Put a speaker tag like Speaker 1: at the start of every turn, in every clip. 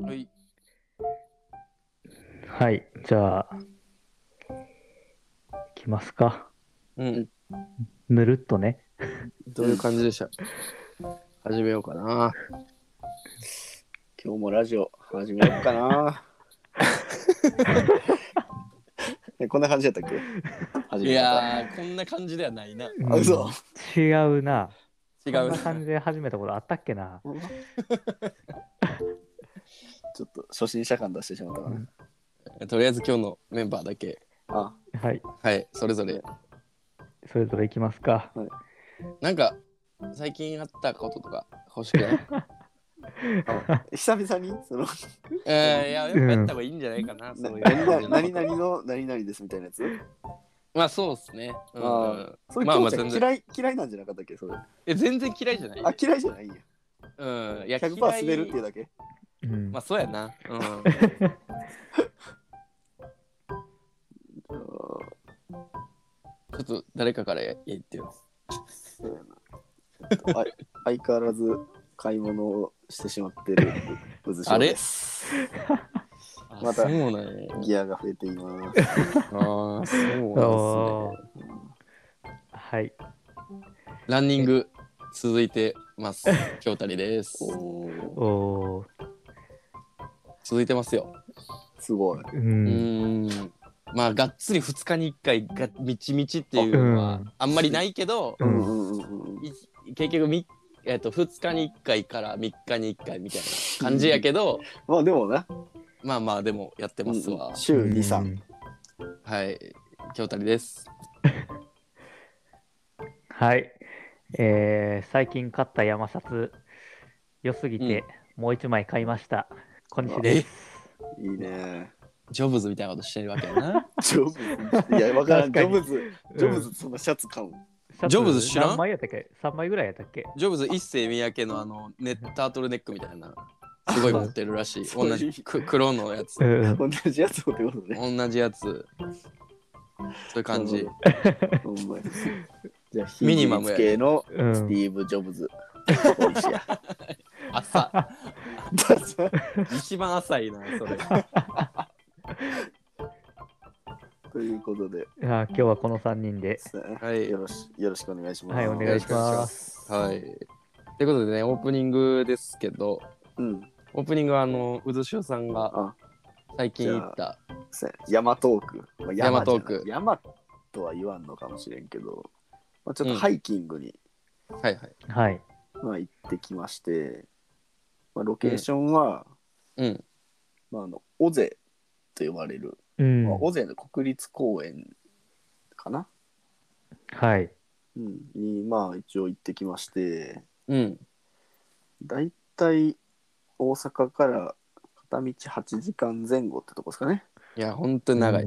Speaker 1: はい。
Speaker 2: はい、じゃあ、いきますか。
Speaker 1: うん。
Speaker 2: ぬるっとね。
Speaker 1: どういう感じでした、始めようかな。
Speaker 3: 今日もラジオ始めようかな。こんな感じだったっけ始
Speaker 1: い
Speaker 3: め方。
Speaker 1: やー、こんな感じではないな。
Speaker 3: あ、嘘。
Speaker 2: 違うな。
Speaker 1: 違うな。
Speaker 2: こんな感じで始めたことあったっけな。
Speaker 3: ちょっと初心者感出してしまったかな。
Speaker 1: とりあえず今日のメンバーだけ、
Speaker 3: あ、
Speaker 2: はい、
Speaker 1: はい、それぞれ。
Speaker 2: それぞれいきますか。
Speaker 1: なんか、最近あったこととか欲しくない？
Speaker 3: 久々にその
Speaker 1: いや、やっぱやった方がいいんじゃないかな、そういう感じの
Speaker 3: 何々の何々ですみたいなやつ。
Speaker 1: まあ、そうっすね。
Speaker 3: あ、それ
Speaker 1: まあまあ、
Speaker 3: 今日
Speaker 1: 全然。
Speaker 3: 嫌いなんじゃなかったっけそれ。
Speaker 1: 全然嫌いじゃない。
Speaker 3: あ、嫌いじゃないんや。
Speaker 1: いや、
Speaker 3: 100%
Speaker 1: 嫌い。
Speaker 3: 滑るっていうだけ。
Speaker 1: まあ、そうやな。ちょっと誰かから言ってよ。
Speaker 3: そうやな。相変わらず買い物をしてしまってるうずしおです。また
Speaker 1: そうなんや。
Speaker 3: ギアが増えています。
Speaker 1: ああ、そうなん
Speaker 2: お
Speaker 1: ですね。
Speaker 2: はい。
Speaker 1: ランニング続いてます。京谷です。
Speaker 2: おー、
Speaker 1: 続いてますよ。
Speaker 3: すごい。
Speaker 1: まあがっつり2日に1回みちみちっていうのはあんまりないけど、結局2日に1回から3日に1回みたいな感じやけど、
Speaker 3: まあでもな。
Speaker 1: まあまあでもやってますわ。
Speaker 3: 週2、3。
Speaker 1: はい、京谷です。
Speaker 2: はい。最近買った山札良すぎて、もう一枚買いました。小西です。
Speaker 3: いいね。
Speaker 1: ジョブズみたいなことしてるわけやな。
Speaker 3: ジョブズ。いや、わからん。ジョブズ、そのシャツ買う。
Speaker 1: ジョブズ知らん？
Speaker 2: 何枚やったっけ ?3 枚ぐらいやったっけ？
Speaker 1: ジョブズ一世三宅のタートルネックみたいなすごい持ってるらしい。同じ黒のやつ。
Speaker 3: 同じやつってことね。
Speaker 1: 同じやつ。そういう感じ。
Speaker 3: じゃあ、ミニマム系のスティーブ・ジョブズ。
Speaker 1: 浅。一番浅いな、それ。
Speaker 3: ということで。
Speaker 2: 今日はこの3人で。
Speaker 1: はい。
Speaker 3: よろしくお願いします。
Speaker 2: はい、お願いします。
Speaker 1: はい。ということでね、オープニングですけど、オープニングはうずしおさんが最近行った
Speaker 3: 山トーク。
Speaker 1: 山トーク。
Speaker 3: 山とは言わんのかもしれんけど、ちょっとハイキングに、
Speaker 2: はい
Speaker 3: まあ、行ってきまして、ロケーションは、尾瀬と呼ばれる、尾瀬の国立公園かな、
Speaker 2: はい
Speaker 3: にまあ一応行ってきまして、だいたい大阪から片道8時間前後ってとこですかね。
Speaker 1: いや、ほんとに長い。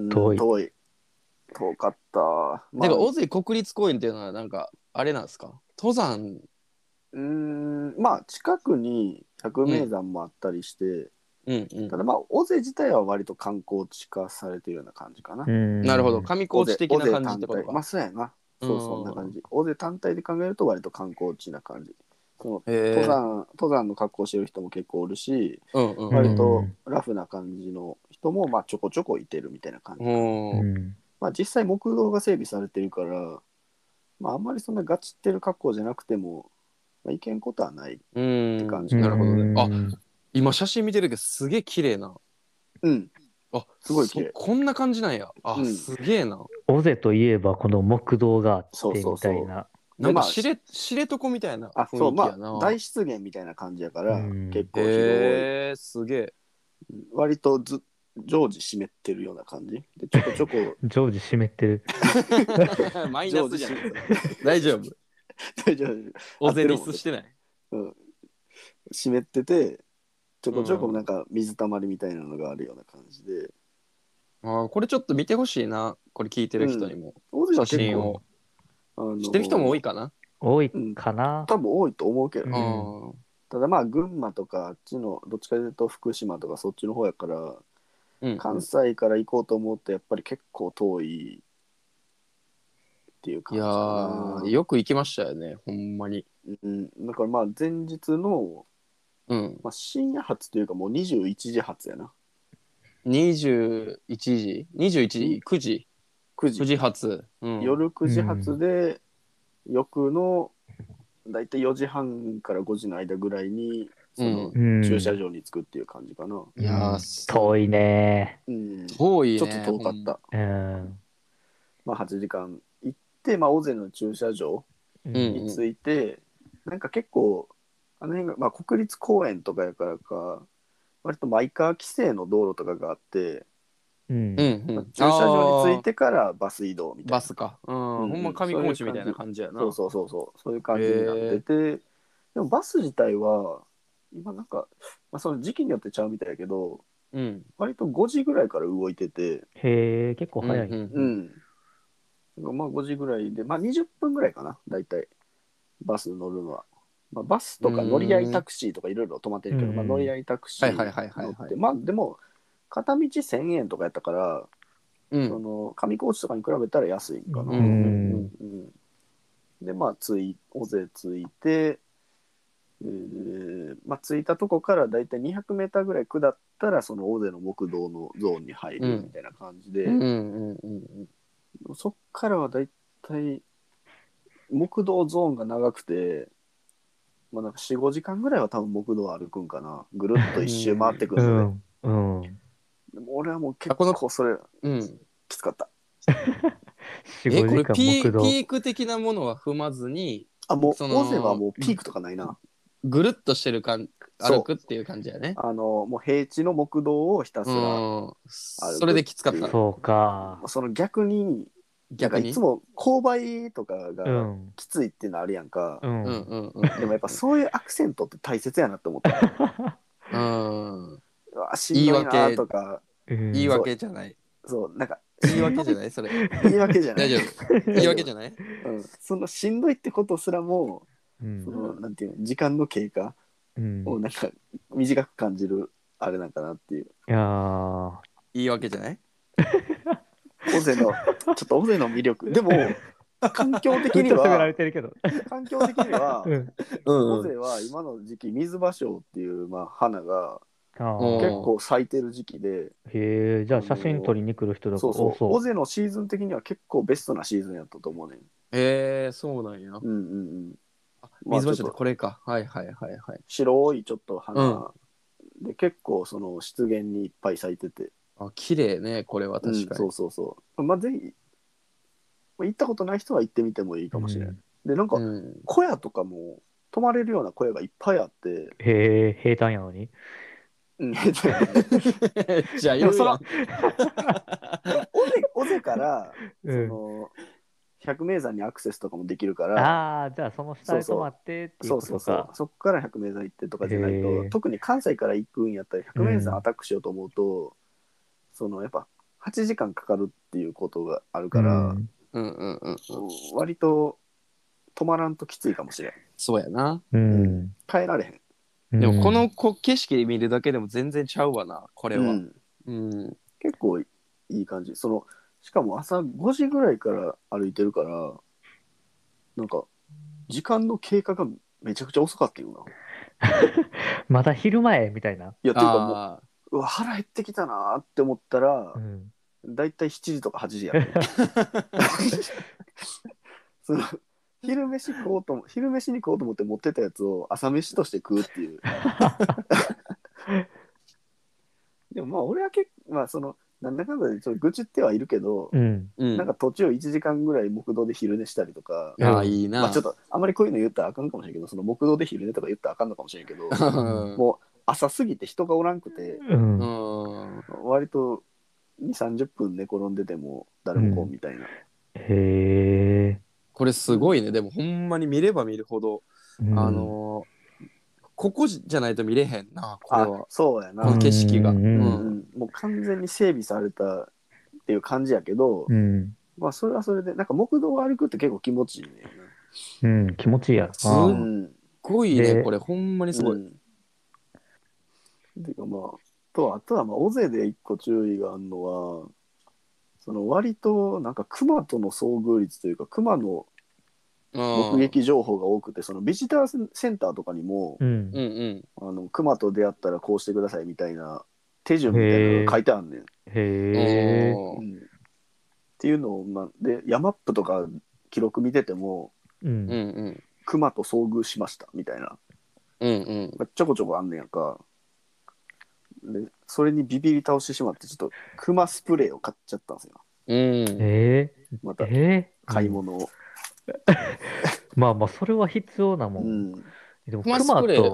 Speaker 3: 遠かった。
Speaker 1: なんか尾瀬国立公園っていうのはなんかあれなんですか？登山？
Speaker 3: まあ近くに百名山もあったりして、ただまあ尾瀬自体は割と観光地化されてるような感じかな。
Speaker 1: なるほど、上高地的な感じってことか。
Speaker 3: まあそうやな。そんな感じ。尾瀬単体で考えると割と観光地な感じ。その登山の格好してる人も結構おるし、割とラフな感じの人もまあちょこちょこいてるみたいな感じ。まあ実際木道が整備されてるから、まああんまりそんなガチってる格好じゃなくても、まあ、いけんことはないって感じ。
Speaker 1: なるほどね。あ、今写真見てるけどすげえ綺麗な。あ、
Speaker 3: すごい綺麗。
Speaker 1: こんな感じなんや。あ、すげえな。
Speaker 2: 尾瀬といえばこの木道があってみたいな。
Speaker 1: なんか知床みたいな雰囲気やな。
Speaker 3: 大湿原みたいな感じやから、結構
Speaker 1: 広い。すげえ。
Speaker 3: 割と常時湿ってるような感じで、ちょこちょこ
Speaker 2: 常時湿ってる。
Speaker 1: マイナスじゃん。大丈夫。
Speaker 3: 大丈夫。
Speaker 1: 尾瀬リスしてない。
Speaker 3: 湿ってて、ちょこちょこなんか水たまりみたいなのがあるような感じで。
Speaker 1: これちょっと見てほしいな。これ聞いてる人にも。写真を。知ってる人も多いかな？
Speaker 2: 多いかな？
Speaker 3: 多分多いと思うけど。ただまあ群馬とかあっちのどっちかというと福島とかそっちの方やから、関西から行こうと思うとやっぱり結構遠いっていう感じかな。
Speaker 1: いやよく行きましたよね、ほんまに。
Speaker 3: だからまあ前日の
Speaker 1: うん。
Speaker 3: まあ、深夜発というかもう21時発やな。
Speaker 1: 21時 ?21 時 ?9 時
Speaker 3: 9
Speaker 1: ?9
Speaker 3: 時。
Speaker 1: 時発。うん。
Speaker 3: 夜9時発で、翌のだいたい4時半から5時の間ぐらいに、その駐車場に着くっていう感じかな。
Speaker 1: いや
Speaker 2: 遠いね。
Speaker 3: うん。
Speaker 1: 遠いね。
Speaker 3: ちょっと遠かった。まあ8時間行って、まあ、尾瀬の駐車場に着いて、なんか結構、あの辺が、まあ、国立公園とかやからか、割とマイカー規制の道路とかがあって、駐車場に着いてからバス移動みたいな。
Speaker 1: バスか。ほんま上高地みたいな感じやな。
Speaker 3: そういう感じになってて、でもバス自体は、今なんか、まあ、その時期によってちゃうみたいやけど、割と5時ぐらいから動いてて、
Speaker 2: へえ、結構早い。
Speaker 3: まあ5時ぐらいで、まあ20分ぐらいかな、大体、バス乗るのは。まあ、バスとか乗り合いタクシーとかいろいろ止まってるけど、まあ、乗り合いタクシー乗って、まあでも、片道1000円とかやったから、その上高地とかに比べたら安いんかな。で、まあ、尾瀬着いて、まあ、着いたとこからだいたい200メーターぐらい下ったら、その尾瀬の木道のゾーンに入るみたいな感じで、そっからはだいたい木道ゾーンが長くて、まあ、なんか4、5時間ぐらいは多分木道歩くんかな。ぐるっと一周回ってくるので。でも俺はもう結構それ、きつかった。
Speaker 2: 4、5
Speaker 1: これピ
Speaker 2: 木道
Speaker 1: ーク的なものは踏まずに、
Speaker 3: もう尾瀬はもうピークとかないな。
Speaker 1: ぐるっとしてる歩くっていう感じやね。
Speaker 3: もう平地の木道をひたすら歩く。
Speaker 1: それできつかった。
Speaker 2: そうか。
Speaker 3: その逆にいつも勾配とかがきついっていうのあるやんか。でもやっぱそういうアクセントって大切やなって思った。しんどいなとか。
Speaker 1: 言い訳じゃない。
Speaker 3: そうなんか
Speaker 1: 言い訳じゃないそれ。
Speaker 3: 言い訳じゃない。
Speaker 1: 大丈夫。言い訳じゃない。
Speaker 3: そのしんどいってことすらも、そのなんていうの時間の経過をなんか短く感じるあれなんかなっていう。
Speaker 1: 言い訳じゃない。
Speaker 3: 尾瀬の魅力でも環境的には尾瀬は今の時期水芭蕉っていう、まあ、花が結構咲いてる時期で、
Speaker 2: へえ、じゃあ写真撮りに来る人とか
Speaker 3: 多そう。尾瀬のシーズン的には結構ベストなシーズンやったと思うねん。
Speaker 1: へえ、そうなんや。水芭蕉ってこれか。はい。
Speaker 3: 白いちょっと花で結構その湿原にいっぱい咲いてて。
Speaker 1: 綺麗ね、これは確かに。
Speaker 3: そう。まあぜひ行ったことない人は行ってみてもいいかもしれない。でなんか小屋とかも泊まれるような小屋がいっぱいあって。
Speaker 2: へえ、平坦やのに。
Speaker 1: じゃあ言うやん。
Speaker 3: 尾瀬からその百名山にアクセスとかもできるから。
Speaker 2: じゃあその下で泊まってっていうことか。
Speaker 3: そこから百名山行ってとかじゃないと、特に関西から行くんやったら百名山アタックしようと思うと、そのやっぱ8時間かかるっていうことがあるから、割と止まらんときついかもしれん。
Speaker 1: そうやな。
Speaker 3: 帰られへん。
Speaker 1: でもこの景色見るだけでも全然ちゃうわな、これは。
Speaker 3: 結構いい感じ。しかも朝5時ぐらいから歩いてるから、なんか時間の経過がめちゃくちゃ遅かったよな。
Speaker 2: まだ昼前みたいな。
Speaker 3: いや、ていうかもう、腹減ってきたなって思ったら、だいたい7時とか8時やった。昼飯に食おうと思って持ってたやつを朝飯として食うっていう。でもまあ俺はまあなんだかんだでちょっと愚痴ってはいるけど、なんか途中1時間ぐらい木道で昼寝したりとか、
Speaker 1: いいな。
Speaker 3: まあちょっとあまりこういうの言ったらあかんかもしれんけど、その木道で昼寝とか言ったらあかんのかもしれんけど、もう朝すぎて人がおらんくて、割と2、30分寝転んでても誰も来んみたいな。
Speaker 2: へえ。
Speaker 1: これすごいね。でもほんまに見れば見るほど、ここじゃないと見れへんな、これは。
Speaker 3: そうやな。
Speaker 1: この景色が。
Speaker 3: もう完全に整備されたっていう感じやけど、まあそれはそれで、なんか木道を歩くって結構気持ちいい
Speaker 2: ね。気持ちいいや。
Speaker 1: すっごいね、これほんまにすごい。
Speaker 3: ていうかまあ、あとはまあ尾瀬で一個注意があるのは、割となんか熊との遭遇率というか、熊の目撃情報が多くて、そのビジターセンターとかにも、熊と出会ったらこうしてくださいみたいな手順みたいなのが書いてあんねん。
Speaker 2: へ
Speaker 3: ー。っていうのを、でヤマップとか記録見てても、熊と遭遇しましたみたいな、ちょこちょこあんねんやんか。でそれにビビり倒してしまって、ちょっと熊スプレーを買っちゃったんですよ。また買い物を。
Speaker 2: まあまあ、それは必要なもん。でも、熊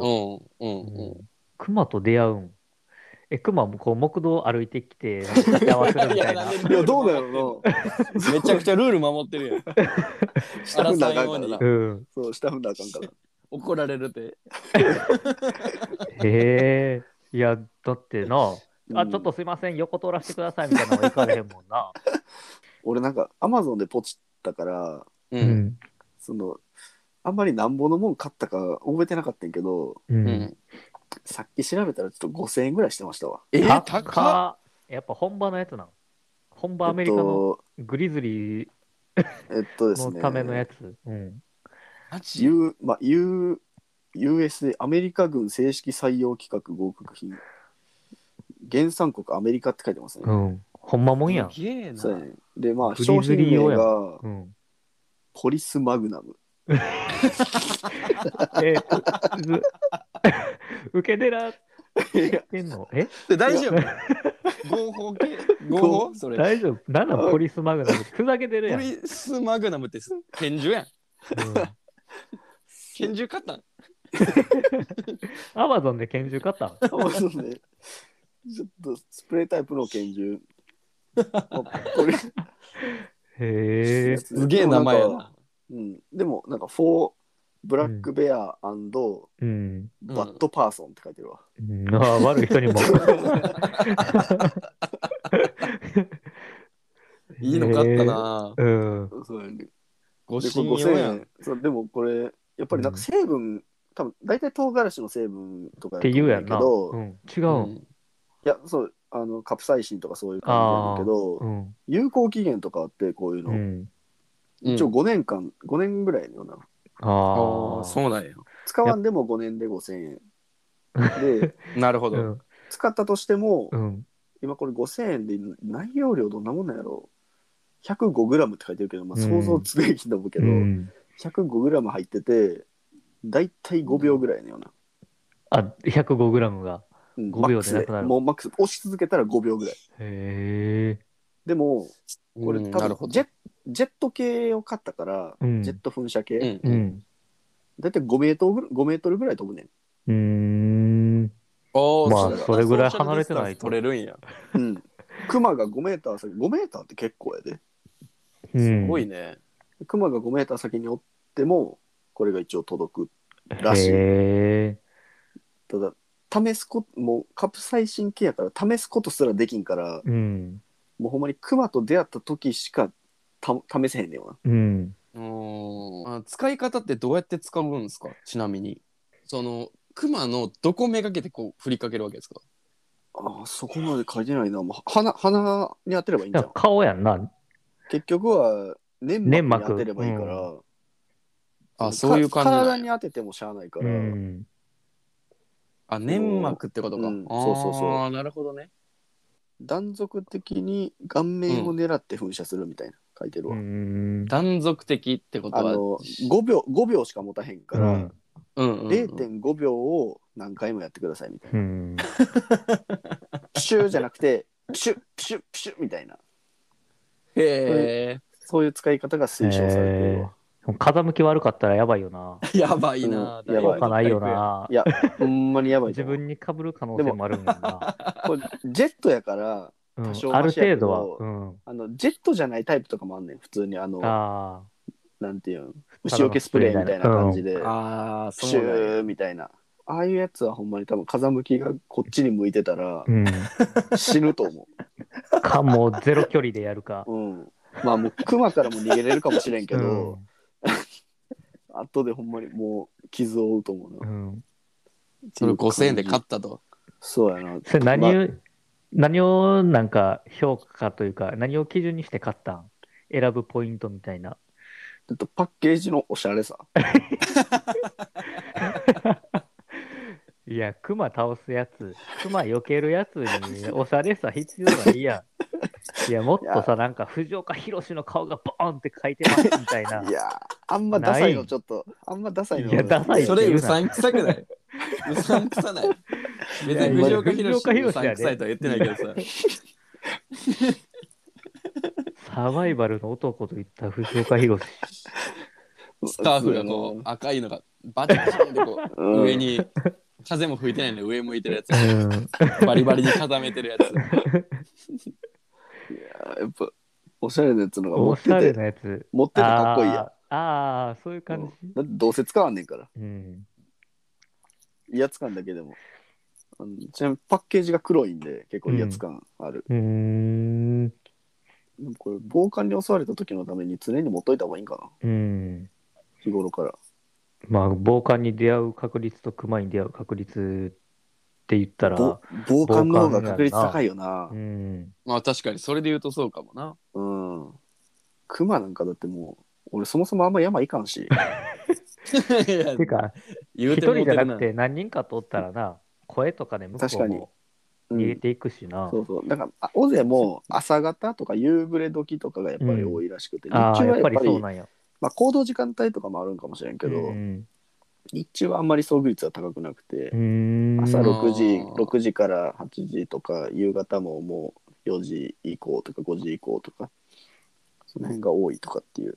Speaker 2: と出会うん。熊もこう、木道歩いてきて、立ち合わせるみたいな。
Speaker 3: いや、どうだろう
Speaker 1: な。めちゃくちゃルール守ってるやん。
Speaker 3: 下踏んだらあかんからな。そう、下踏んだらあかんから。
Speaker 1: 怒られるで。
Speaker 2: へえ。いや、だってな、ちょっとすいません、横通らせてくださいみたいなのは行かれへんもんな。
Speaker 3: 俺なんか、アマゾンでポチったから、あんまりなんぼのもん買ったか覚えてなかったんやけど、さっき調べたらちょっと5000円ぐらいしてましたわ。
Speaker 2: 高っ。やっぱ本場のやつなの。本場アメリカのグリズリーのためのやつ。
Speaker 3: USA アメリカ軍正式採用規格合格品。原産国アメリカって書いてますね。
Speaker 2: ほんまもんやん。
Speaker 3: そうね。で、まあ、商品名が、ポリスマグナム。
Speaker 2: 受け寺ってんの？
Speaker 1: 大丈夫？合法系？合法？それ。
Speaker 2: 大丈夫？なんなんポリスマグナムってふざけてるやん。
Speaker 1: ポリスマグナムって拳銃やん。拳銃買ったん？
Speaker 2: アマゾンで拳銃買ったん？
Speaker 3: アマゾンでちょっとスプレータイプの拳銃。
Speaker 2: へえ。
Speaker 1: すげえ名前やな。
Speaker 3: でもなんかブラックベア&バッドパーソンって書いてるわ。
Speaker 2: 悪い人にも。
Speaker 1: いいの買ったな。
Speaker 3: そうやね。
Speaker 1: 5000円。
Speaker 3: でもこれやっぱりなんか成分、多分大体唐辛子の成分とか
Speaker 2: って言うやんな。違う。
Speaker 3: いや、そうカプサイシンとかそういう感じなんだけど、有効期限とかあって、こういうの一応5年ぐらいのような。
Speaker 1: そうなんや。
Speaker 3: 使わんでも5年で5000円で、
Speaker 1: なるほど。
Speaker 3: 使ったとしても、今これ5000円で内容量どんなもんなんやろう。105g って書いてるけど、想像つくべきと思うけど、105g 入ってて、だいたい5秒ぐらいのような。
Speaker 2: 105g が5秒でなくなる。
Speaker 3: もうマックス押し続けたら5秒ぐらい。でもこれ多分ジェット系を買ったから、ジェット噴射系、だいたい5メートルぐらい飛ぶねん。
Speaker 2: まあそれぐらい離れてないと
Speaker 1: 取れるんや。
Speaker 3: クマが5メーター先、5メーターって結構やで。
Speaker 1: すごいね。
Speaker 3: クマが5メーター先におってもこれが一応届くらしい。ただもうカプサイシン系やから試すことすらできんから、もうほんまにクマと出会った時しか試せへんねん
Speaker 1: わ。使い方ってどうやって使うんですか？ちなみにそのクマのどこめがけてこう振りかけるわけですか？
Speaker 3: そこまで書いてないな。もう鼻に当てればいいんじゃん。
Speaker 2: 顔やんな。
Speaker 3: 結局は粘膜に当てればいいから、
Speaker 1: そういう感じ。
Speaker 3: 体に当ててもしゃあないから。
Speaker 1: 粘膜ってことか。そう。なるほどね。
Speaker 3: 断続的に顔面を狙って噴射するみたいな書いてるわ。
Speaker 1: 断続的ってことは
Speaker 3: 5秒しか持たへんから、0.5 秒を何回もやってくださいみたいな。プシューじゃなくてプシュップシュップシュッみたいな。そういう使い方が推奨されてるわ。
Speaker 2: 風向き悪かったらやばいよな。
Speaker 1: やばいな。
Speaker 2: やばかないよな。
Speaker 3: いや、ほんまにやばい。
Speaker 2: 自分に被る可能性もあるんだな。
Speaker 3: これジェットやから多少
Speaker 2: ある程度は。
Speaker 3: ジェットじゃないタイプとかもあんねん。普通になんていうの、虫除けスプレーみたいな感じで、プシューみたいな。ああいうやつはほんまに多分風向きがこっちに向いてたら死ぬと思
Speaker 2: う。かもうゼロ距離でやるか。
Speaker 3: まあもうクマからも逃げれるかもしれんけど、後でほんまにもう傷を負うと思うな。
Speaker 1: それ5000円で買ったと。
Speaker 3: そうやな。
Speaker 2: それ何をなんか評価というか、何を基準にして買ったん？選ぶポイントみたいな。
Speaker 3: パッケージのおしゃれさ。
Speaker 2: いや、クマ倒すやつ、クマ避けるやつにおしゃれさ必要ないやん。いや、もっとさ、なんか藤岡弘の顔がボーンって書いてますみたいな。
Speaker 3: いや、あんまダサいのちょっと、あんまダサいの。
Speaker 2: いや、ダサい
Speaker 1: それうさんくさくない？うさんくさない？別に藤岡弘うさんくさいとは言ってないけどさ。
Speaker 2: サバイバルの男といった藤岡弘。
Speaker 1: スカーフがこう赤いのがバチバチってこう上に風も吹いてないので上向いてるやつ、バリバリに固めてるやつ。い
Speaker 3: ややっぱおしゃれなやつのが持って
Speaker 2: おしゃれ
Speaker 3: て
Speaker 2: なやつ。
Speaker 3: 持っててかっこいいやん。
Speaker 2: ああ、そういう感じ。
Speaker 3: だってどうせ使わんねんから。
Speaker 2: うん。
Speaker 3: 威圧感だけでも。ちなみにパッケージが黒いんで結構威圧感ある。でもこれ暴漢に襲われた時のために常に持っといた方がいいんかな。日頃から。
Speaker 2: まあ、暴漢に出会う確率と熊に出会う確率って言ったら、
Speaker 3: 暴漢の方が確率高いよな。
Speaker 1: まあ確かにそれで言うとそうかもな。
Speaker 3: 熊なんかだってもう俺そもそもあんま山行かんし。
Speaker 2: てか、一人じゃなくて何人かとおったらな、声とかで向こうも逃げていくしな。
Speaker 3: そうそう。だから尾瀬も朝方とか夕暮れ時とかがやっぱり多いらしくて、
Speaker 2: 日中はやっぱりそうなんや。
Speaker 3: まあ行動時間帯とかもあるんかもしれんけど、日中はあんまり遭遇率は高くなくて、朝6時から8時とか、夕方ももう4時以降とか5時以降とか、その辺が多いとかっていう。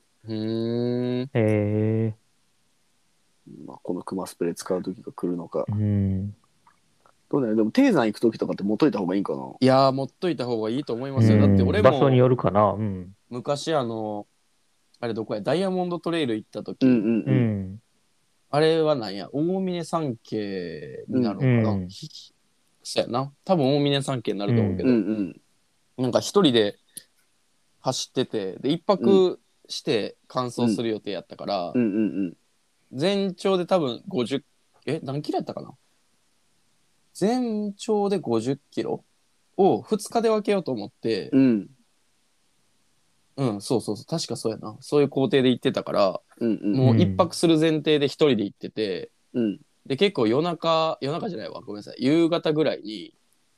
Speaker 3: まあ、このクマスプレー使う時が来るのか。どうだよ。でも低山行く時とかって持っといた方がいいんかな。
Speaker 1: いやー、持っといた方がいいと思いますよ。だって俺も
Speaker 2: 場所によるかな。
Speaker 1: 昔あれどこや、ダイヤモンドトレイル行った時、あれはなんや、大峰山系になるのかな。そうやな。多分大峰山系になると思うけど、なんか一人で走ってて、で一泊して完走する予定やったから、全長で多分50、何キロやったかな。全長で50キロを2日で分けようと思って、そうそうそう、確かそうやな。そういう工程で行ってたから、もう一泊する前提で一人で行ってて、で、結構夜中じゃないわ、ごめんなさい。夕方ぐらいに、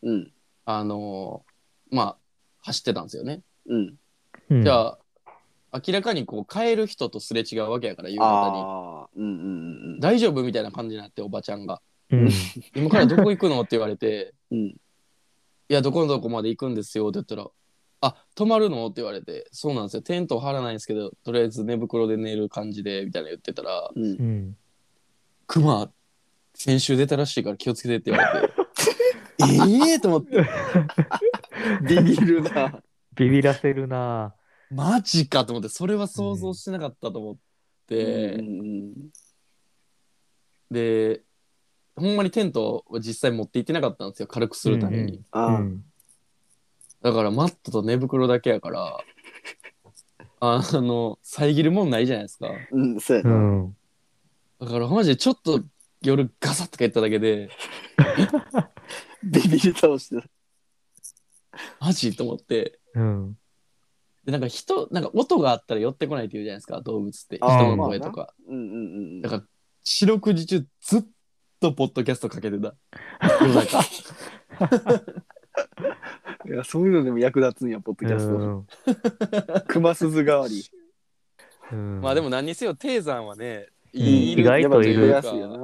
Speaker 1: まあ、走ってたんですよね。じゃあ、明らかにこう、帰る人とすれ違うわけやから、夕方に。大丈夫みたいな感じになって、おばちゃんが。今からどこ行くのって言われて、いや、どこのどこまで行くんですよって言ったら、泊まるのって言われて、そうなんですよ、テントを張らないんですけど、とりあえず寝袋で寝る感じで、みたいな言ってたら、クマ、先週出たらしいから気をつけてって言われて、と思って。
Speaker 3: ビビるな。
Speaker 2: ビビらせるな。
Speaker 1: マジかと思って、それは想像してなかったと思って、で、ほんまにテントを実際持って行ってなかったんですよ、軽くするために。だからマットと寝袋だけやから、遮るもんないじゃないですか。
Speaker 3: そうやな。
Speaker 1: だからマジでちょっと夜ガサッとか言っただけで、
Speaker 3: ビビり倒してた。
Speaker 1: マジと思って。で、なんか音があったら寄ってこないって言うじゃないですか、動物って。人の声とか。だから、四六時中ずっとポッドキャストかけてた。夜中。
Speaker 3: いや、そういうのでも役立つんや、ポッドキャスト。熊鈴代わり。
Speaker 1: まあでも何にせよ、低山はね、
Speaker 2: 意外といる
Speaker 3: やすいよな。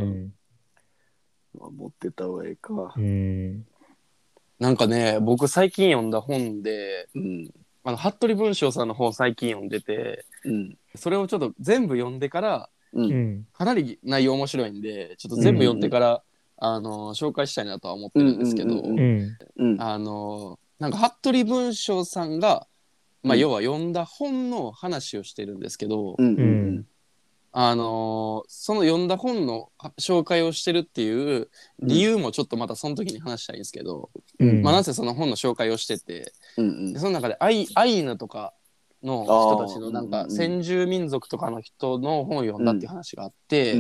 Speaker 3: 持ってた方がいいか。
Speaker 1: なんかね、僕最近読んだ本で、服部文章さんの本最近読んでて、それをちょっと全部読んでから、かなり内容面白いんで、ちょっと全部読んでから、紹介したいなとは思ってるんですけど、なんか服部文章さんが、まあ要は読んだ本の話をしてるんですけど、その読んだ本の紹介をしてるっていう理由もちょっとまたその時に話したいんですけど、まあなぜその本の紹介をしてて、その中でアイヌとかの人たちのなんか先住民族とかの人の本を読んだっていう話があって、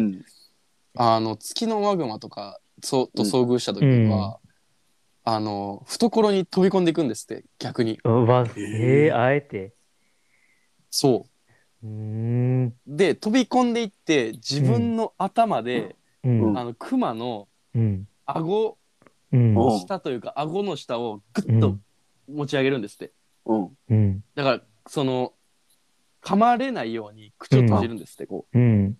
Speaker 1: 月のワグマとかと遭遇した時には、懐に飛び込んでいくんですって、逆に。
Speaker 2: あえて。
Speaker 1: そう。 で飛び込んでいって自分の頭で、クマの顎の下というか、顎の下をグッと持ち上げるんですって。だからその噛まれないように口を閉じるんですって、こ